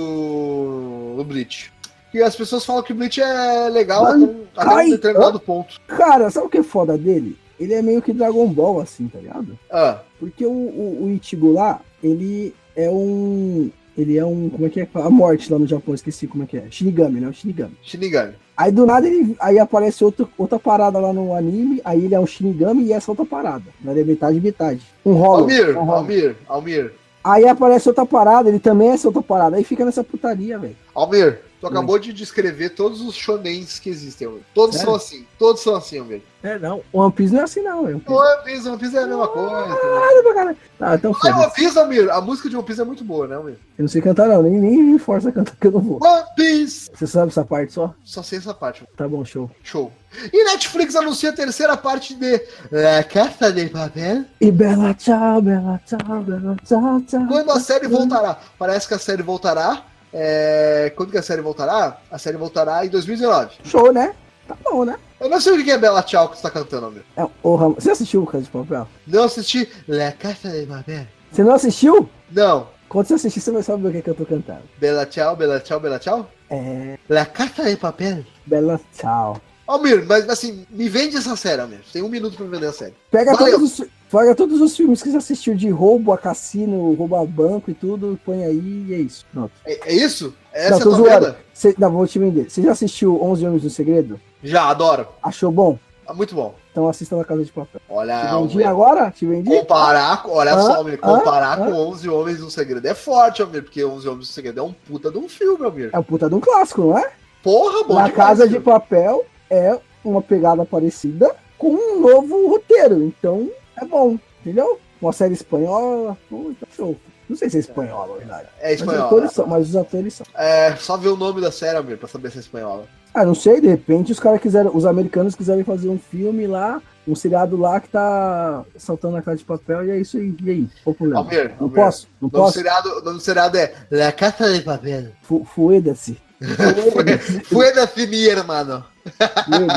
do, do Bleach. E as pessoas falam que o Bleach é legal Mano, até, um- até um cai- determinado ponto. Cara, sabe o que é foda dele? Ele é meio que Dragon Ball, assim, tá ligado? Ah, Porque o, o, o Ichigo lá, ele é um... Ele é um... Como é que é? A morte lá no Japão, esqueci como é que é. Shinigami, né? O Shinigami. Shinigami. Aí do nada ele, aí aparece outro, outra parada lá no anime, aí ele é um Shinigami e essa outra parada. Ele é metade metade. Um rolo. Almir, um rolo. Almir, Almir. Aí aparece outra parada, ele também é essa outra parada. Aí fica nessa putaria, velho. Almir, tu acabou de descrever todos os shonens que existem, Almir. Todos Sério? são assim. Todos são assim, Almir. É, não. One Piece não é assim, não. One Piece. One Piece, One Piece é a mesma coisa. Caralho, pra caralho. Tá, então Ah, One foda-se. Piece, Almir, a música de One Piece é muito boa, né, Almir? Eu não sei cantar, não. Nem, nem me força a cantar que eu não vou. One Piece! Você sabe essa parte só? Só sei essa parte. Tá bom, show. Show. E Netflix anuncia a terceira parte de La Casa de Papel. E bela tchau, bela tchau, bela tchau, tchau. Quando a série voltará? Parece que a série voltará. É... Quando que a série voltará? A série voltará em dois mil e dezenove. Show, né? Tá bom, né? Eu não sei o que é Bela Tchau que você tá cantando, Almir. É, ô, Ram... Você assistiu o Casa de Papel? Não assisti La Casa de Papel. Você não assistiu? Não. Quando você assistir, você vai saber o que, é que eu tô cantando. Bela Tchau, Bela Tchau, Bela Tchau? É. La Casa de Papel. Bela tchau. Almir, mas assim, me vende essa série, Almir. Tem um minuto pra me vender a série. Pega Valeu. todos, os, pega todos os filmes que você assistiu de roubo a cassino, roubo a banco e tudo, põe aí e é isso. Pronto. É, é isso? Essa Não, é a tô tua zoando. venda? Você, não, vou te vender. Você já assistiu onze Homens no Segredo? Já, adoro. Achou bom? Ah, muito bom. Então assista na Casa de Papel. Olha, Te vendi Almir. agora? Te vendi? Comparar, com- olha Ah, só, Almir, ah, comparar ah. com onze Homens no Segredo é forte, Almir, porque onze Homens no Segredo é um puta de um filme, Almir. É um puta de um clássico, não é? Porra, bom Na demais, Casa de filho. Papel é uma pegada parecida com um novo roteiro. Então é bom, entendeu? Uma série espanhola. Puta, show. Não sei se é espanhola, na verdade. É Mas os espanhola. atores são, mas os atores são. É, só ver o nome da série, Almir, pra saber se é espanhola. Ah, não sei, de repente os caras quiseram, os americanos quiserem fazer um filme lá, um seriado lá que tá saltando na Casa de Papel e é isso aí. E aí? Qual o problema? Almir, não Almir, posso? Não O nome, do posso? seriado, o nome do seriado é La Casa de Papel. Fu- Fueda-se. Fueda-se. Fueda-se, mi hermano. Fueda-se.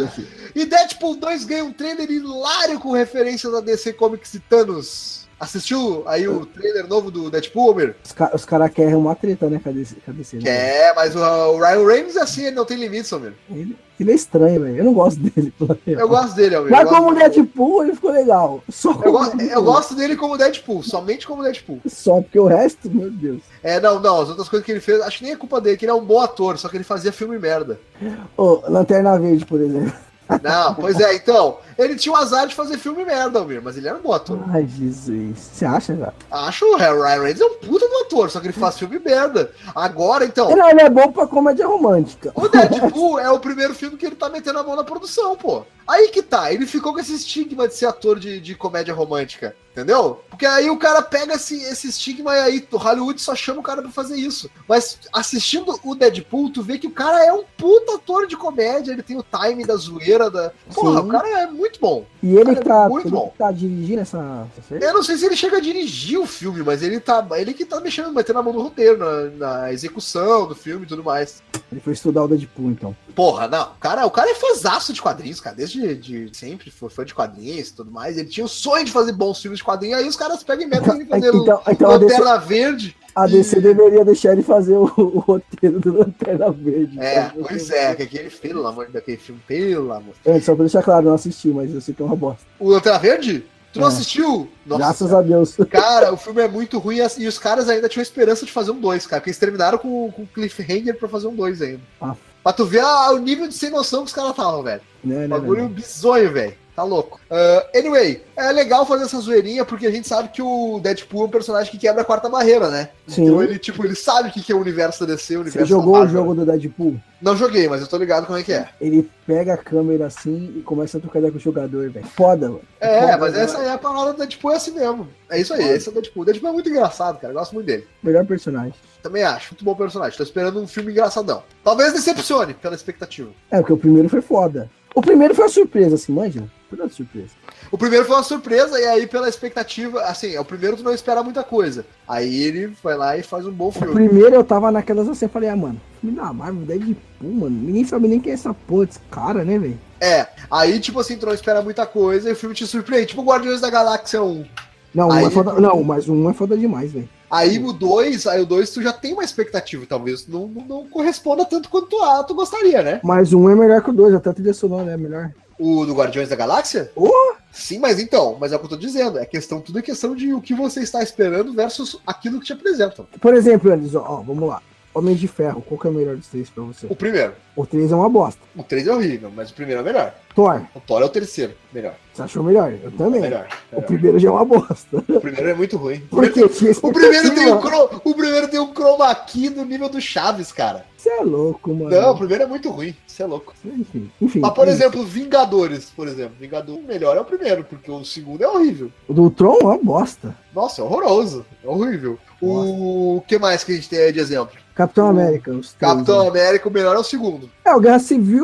E Deadpool dois ganha um trailer hilário com referências a D C Comics e Thanos. Assistiu aí o trailer novo do Deadpool, Homer? Os, ca os caras querem uma treta, né? Cadê esse? Né? É, mas o, o Ryan Reynolds é assim, ele não tem limites, Homer. Ele, ele é estranho, velho. Eu não gosto dele. Eu gosto dele, Homer. Mas como Deadpool, ele ficou legal. Só eu, go eu gosto dele como Deadpool, somente como Deadpool. Só porque o resto, meu Deus. É, não, não, as outras coisas que ele fez, acho que nem é culpa dele, que ele é um bom ator, só que ele fazia filme merda. Ô, Lanterna Verde, por exemplo. Não, pois é, então, ele tinha o azar de fazer filme merda, Almir, mas ele era um bom ator. Ai, Jesus. Você acha, velho? Acho o Ryan Reynolds é um puta do ator, só que ele faz filme merda. Agora, então... Ele, ele é bom pra comédia romântica. O Deadpool é o primeiro filme que ele tá metendo a mão na produção, pô. Aí que tá, ele ficou com esse estigma de ser ator de, de comédia romântica, entendeu? Porque aí o cara pega esse, esse estigma e aí o Hollywood só chama o cara pra fazer isso. Mas assistindo o Deadpool, tu vê que o cara é um puta ator de comédia, ele tem o time da zoeira, da... Porra, sim, o cara é muito bom. E ele tá, é muito ele bom. tá dirigindo essa, essa Eu não sei se ele chega a dirigir o filme, mas ele tá, ele que tá mexendo, metendo a mão no roteiro, na, na execução do filme e tudo mais. Ele foi estudar o Deadpool, então. Porra, não, o cara, o cara é fãzaço de quadrinhos, cara, desde de, sempre foi fã de quadrinhos e tudo mais. Ele tinha o sonho de fazer bons filmes de quadrinhos, aí os caras pegam e metem ele fazer então, o então Lanterna Verde. A D C e... deveria deixar ele fazer o, o roteiro do Lanterna Verde. É, pois é, que aquele filme, pelo amor daquele filme, pelo amor. É, só pra deixar claro, não assisti, mas eu sei que é uma bosta. O Lanterna Verde? Tu não é. assistiu? Nossa, graças a Deus. Cara, o filme é muito ruim e os caras ainda tinham esperança de fazer um dois, cara, porque eles terminaram com o cliffhanger pra fazer um dois ainda. Ah. Pra tu ver ah, o nível de sem noção que os caras estavam, velho. Né, bagulho né, bizonho, velho. Tá louco. Uh, anyway, é legal fazer essa zoeirinha porque a gente sabe que o Deadpool é um personagem que quebra a quarta barreira, né? Sim. Então ele, tipo, ele sabe o que é o universo da D C, o universo. Você jogou o jogo do Deadpool? Não joguei, mas eu tô ligado como é que é. Ele pega a câmera assim e começa a trocar ideia com o jogador, velho. Foda, mano. É, Foda, mas velho. Essa aí é a palavra do Deadpool, é assim mesmo. É isso aí, esse é o Deadpool. O Deadpool é muito engraçado, cara. Eu gosto muito dele. Melhor personagem. Também acho, muito bom personagem. Tô esperando um filme engraçadão. Talvez decepcione pela expectativa. É, porque o primeiro foi foda. O primeiro foi uma surpresa, assim, manja? Foi uma surpresa. O primeiro foi uma surpresa, e aí pela expectativa, assim, o primeiro tu não espera muita coisa. Aí ele vai lá e faz um bom filme. O primeiro eu tava naquelas assim, eu falei, ah, mano, filme da Marvel, Deadpool, mano, ninguém sabe nem quem é essa porra desse cara, né, velho? É, aí tipo assim, tu não espera muita coisa e o filme te surpreende, tipo Guardiões da Galáxia um. Não, aí, um é foda, não, mas um é foda demais, velho. Aí o dois, aí o dois tu já tem uma expectativa, talvez não, não, não corresponda tanto quanto tu, ah, tu gostaria, né? Mas um é melhor que o dois, até a trilha sonora é melhor. O do Guardiões da Galáxia? Oh! Sim, mas então, mas é o que eu tô dizendo, é questão, tudo é questão de o que você está esperando versus aquilo que te apresentam. Por exemplo, Anderson, ó, vamos lá. Homem de Ferro, qual que é o melhor dos três pra você? O primeiro. O três é uma bosta. O três é horrível, mas o primeiro é melhor. Thor. O Thor é o terceiro, melhor. Você achou melhor? Eu também. É melhor, melhor. O primeiro já é uma bosta. O primeiro é muito ruim. Por quê? O primeiro, tem um cro... o primeiro tem um chroma key no nível do Chaves, cara. Você é louco, mano. Não, o primeiro é muito ruim. Você é louco. Enfim, enfim. Mas, por é exemplo, isso. Vingadores, por exemplo. Vingadores, o melhor é o primeiro, porque o segundo é horrível. O do Tron é uma bosta. Nossa, é horroroso. É horrível. Nossa. O que mais que a gente tem aí de exemplo? Capitão o... América. Os três, Capitão né? América, o melhor é o segundo. É, o Guerra Civil...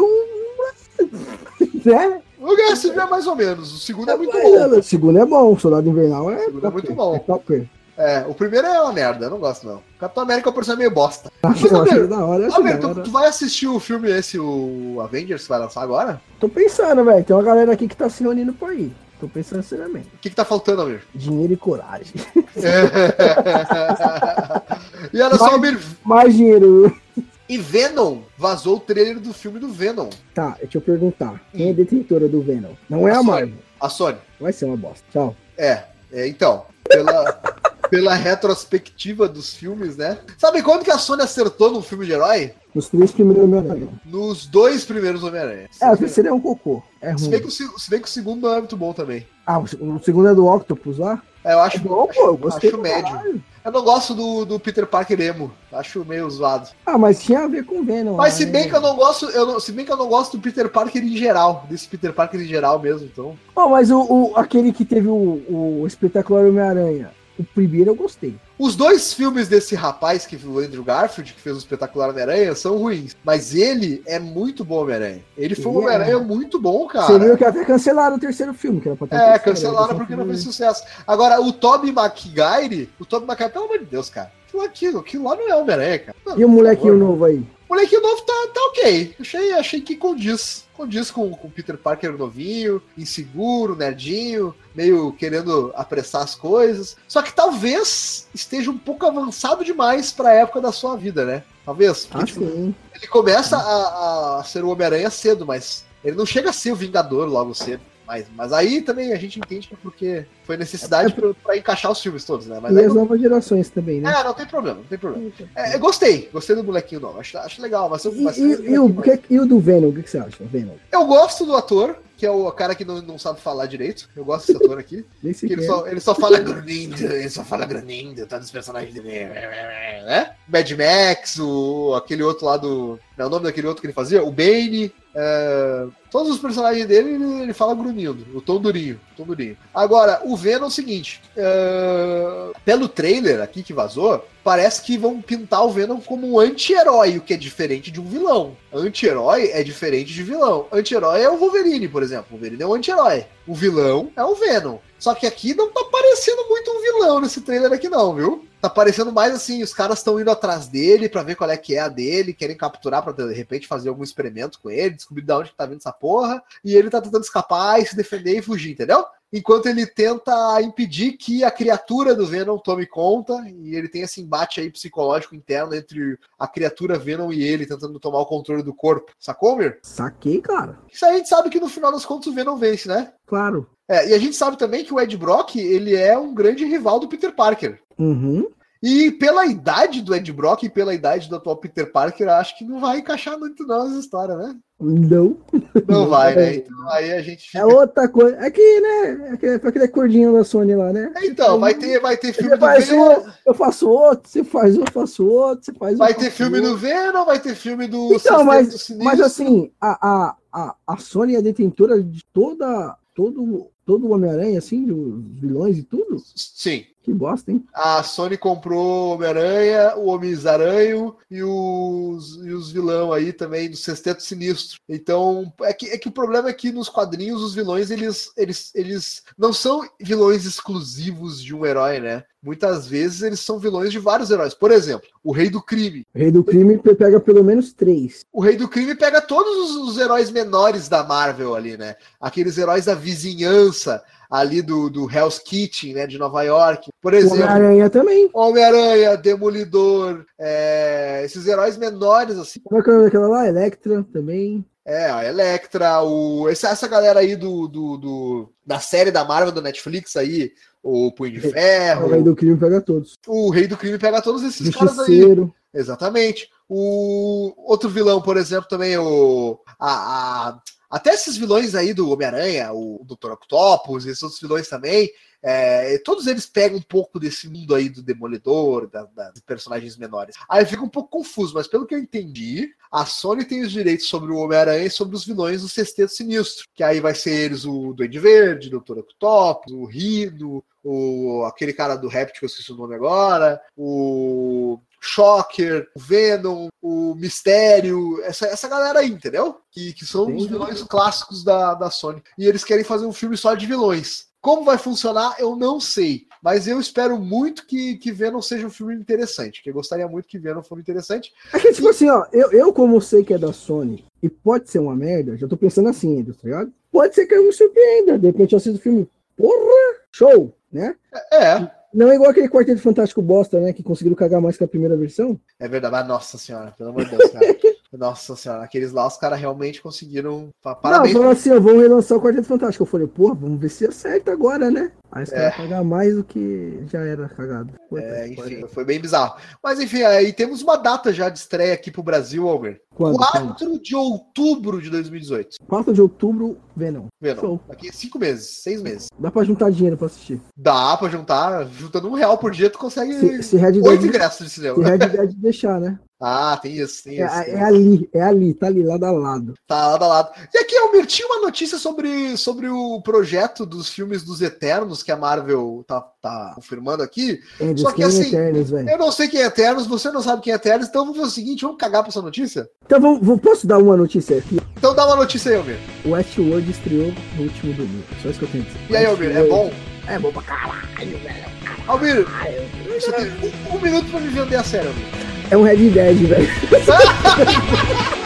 né? O Guerra Civil é mais ou menos. O segundo é, é muito mas, bom. O segundo é bom. O Soldado Invernal é... O segundo é muito bom. É top. É, o primeiro é uma merda, eu não gosto não. Capitão América é um personagem meio bosta. Acho, eu acho da hora, acho Almer, da hora. Tu, tu vai assistir o filme esse, o Avengers, que vai lançar agora? Tô pensando, velho. Tem uma galera aqui que tá se reunindo por aí. Tô pensando seriamente. O que que tá faltando, Almer? Dinheiro e coragem. E olha só, Almer. Mais dinheiro. E Venom vazou o trailer do filme do Venom. Tá, deixa eu perguntar. Quem é detentora do Venom? Não é a, a Marvel. A Sony. Vai ser uma bosta. Tchau. É, é então. Pela, pela retrospectiva dos filmes, né? Sabe quando que a Sony acertou num filme de herói? Nos três primeiros Homem-Aranha. Nos dois primeiros Homem-Aranha. É, o terceiro é um cocô. É ruim. Se bem, que o, se bem que o segundo não é muito bom também. Ah, o segundo é do Octopus lá? É, eu acho, é bom, pô, eu gostei acho médio. Caralho. Eu não gosto do, do Peter Parker emo. Acho meio zoado. Ah, mas tinha a ver com o Venom. Mas lá, se bem né? que eu não gosto, eu não, se bem que eu não gosto do Peter Parker em geral, desse Peter Parker em geral mesmo, então. Oh, mas o, o aquele que teve o, o espetacular Homem-Aranha, o primeiro eu gostei. Os dois filmes desse rapaz, que o Andrew Garfield, que fez o espetacular Homem-Aranha, são ruins. Mas ele é muito bom Homem-Aranha. Ele foi um Homem-Aranha é. muito bom, cara. Você viu que até cancelaram o terceiro filme, que era pra ter É, terceiro, cancelaram porque não fez sucesso. Agora, o Tobey Maguire, o Tobey Maguire, pelo amor de Deus, cara. Aquilo, aquilo, aquilo lá não é Homem-Aranha, cara. Não, e o molequinho novo aí? molequinho novo tá, tá ok. Achei, achei que condiz. Condiz com o Peter Parker novinho, inseguro, nerdinho, meio querendo apressar as coisas. Só que talvez esteja um pouco avançado demais pra época da sua vida, né? Talvez. Porque, Ah, tipo, sim. ele começa a, a ser o Homem-Aranha cedo, mas ele não chega a ser o Vingador logo cedo. Mas, mas aí também a gente entende que é porque foi necessidade é, pra, pra encaixar os filmes todos, né? Mas e aí as não... novas gerações também, né? É, não tem problema, não tem problema. É, eu gostei, gostei do molequinho novo, acho, acho legal. Mas, E, mas, e, e, o, que, e o do Venom, o que, que você acha? Venom? Eu gosto do ator, que é o cara que não, não sabe falar direito. Eu gosto desse ator aqui. Que ele, só, ele só fala granindo, ele só fala granindo, tá dos personagens dele, né? Mad Max, o, aquele outro lá do... Não é o nome daquele outro que ele fazia? O Bane. É, todos os personagens dele, ele, ele fala grunhindo, o tom durinho, o tom durinho. Agora, o Venom é o seguinte, é, pelo trailer aqui que vazou, parece que vão pintar o Venom como um anti-herói, o que é diferente de um vilão. Anti-herói é diferente de vilão. Anti-herói é o Wolverine, por exemplo. O Wolverine é um anti-herói. O vilão é o Venom. Só que aqui não tá parecendo muito um vilão nesse trailer aqui não, viu? Tá parecendo mais assim, os caras estão indo atrás dele pra ver qual é que é a dele, querem capturar pra de repente fazer algum experimento com ele, descobrir de onde que tá vindo essa porra, e ele tá tentando escapar e se defender e fugir, entendeu? Enquanto ele tenta impedir que a criatura do Venom tome conta, e ele tem esse embate aí psicológico interno entre a criatura Venom e ele, tentando tomar o controle do corpo. Sacou, Mir? Saquei, cara. Isso aí a gente sabe que no final das contas o Venom vence, né? Claro. É, e a gente sabe também que o Ed Brock, ele é um grande rival do Peter Parker. Uhum. E pela idade do Ed Brock e pela idade do atual Peter Parker, acho que não vai encaixar muito não essa história, né? Não. Não, não vai, né? Então aí a gente fica... É outra coisa. É que, né? É que, é aquele cordinho da Sony lá, né? Então, vai ter, vai ter filme você do faz Venom. Um, eu faço outro, você faz um, eu faço outro, você faz Vai um, ter filme outro. do Venom, vai ter filme do Então, mas, Sinistro. mas assim, a, a, a, a Sony é detentora de toda, todo, todo o Homem-Aranha, assim, dos vilões e tudo? Sim. Que bosta, hein? A Sony comprou o Homem-Aranha, o Homem-Aranho e os, e os vilão aí também do Sexteto Sinistro. Então, é que, é que o problema é que nos quadrinhos os vilões, eles, eles, eles não são vilões exclusivos de um herói, né? Muitas vezes eles são vilões de vários heróis. Por exemplo, o Rei do Crime. O Rei do Crime pega pelo menos três. O Rei do Crime pega todos os, os heróis menores da Marvel ali, né? Aqueles heróis da vizinhança ali do, do Hell's Kitchen, né, de Nova York. Por exemplo, Homem-Aranha também. Homem-Aranha, Demolidor, é, esses heróis menores, assim. Como é que é aquela lá? Electra também. É, a Electra, o, essa, essa galera aí do, do, do, da série da Marvel, do Netflix aí, o Punho de Ferro. O Rei do Crime pega todos. O Rei do Crime pega todos esses caras aí. Exatamente. O outro vilão, por exemplo, também, o... A, a, até esses vilões aí do Homem-Aranha, o doutor Octopus, esses outros vilões também, é, todos eles pegam um pouco desse mundo aí do Demolidor, da, da, dos personagens menores. Aí fica um pouco confuso, mas pelo que eu entendi, a Sony tem os direitos sobre o Homem-Aranha e sobre os vilões do Sexteto Sinistro, que aí vai ser eles o Duende Verde, o doutor Octopus, o Rhino, o, aquele cara do Réptil, que eu esqueci o nome agora, o... Shocker, o Venom, o Mistério, essa, essa galera aí, entendeu? Que, que são Sim. os vilões clássicos da, da Sony. E eles querem fazer um filme só de vilões. Como vai funcionar, eu não sei. Mas eu espero muito que, que Venom seja um filme interessante. Que eu gostaria muito que Venom fosse um interessante. É que, tipo e... assim, ó, eu, eu como sei que é da Sony, e pode ser uma merda, já tô pensando assim ainda, tá ligado? Pode ser que eu me surpreenda. De repente eu assisto o filme, porra, show, né? É. Não é igual aquele Quarteto Fantástico bosta, né? Que conseguiram cagar mais que a primeira versão. É verdade, mas nossa senhora, pelo amor de Deus, cara. Nossa senhora, aqueles lá, os caras realmente conseguiram. Parabéns. Não, falou assim, ó, vamos relançar o Quarteto Fantástico. Eu falei, porra, vamos ver se acerta agora, né? Aí os caras é. cagar mais do que já era cagado. Puta, é, enfim, foi bem bizarro. Mas enfim, aí temos uma data já de estreia aqui pro Brasil, Almer. Quando? quatro Quando? de outubro de dois mil e dezoito. quatro de outubro, Venom. Venom. Show. Daqui cinco meses, seis meses. Dá pra juntar dinheiro pra assistir. Dá pra juntar. Juntando um real por dia, tu consegue se, se Red oito Dead, ingressos de cinema. Se Red Dead deixar, né? Ah, tem isso, tem isso. É, tem é isso. ali, é ali, tá ali, lado a lado. Tá lado a lado. E aqui, Almir, tinha uma notícia sobre, sobre o projeto dos filmes dos Eternos que a Marvel tá, tá confirmando aqui. É, Só que assim, Eternos, eu não sei quem é Eternos, você não sabe quem é Eternos, então vamos fazer o seguinte, vamos cagar pra essa notícia? Então vamos, vamos, posso dar uma notícia aqui? Então dá uma notícia aí, Almir. O Westworld estreou no último domingo, só isso que eu tenho que dizer. E aí, Almir, é bom? É bom pra caralho, velho. Almir, você tem um, um minuto pra me vender a série, Almir. é um Red Dead, velho.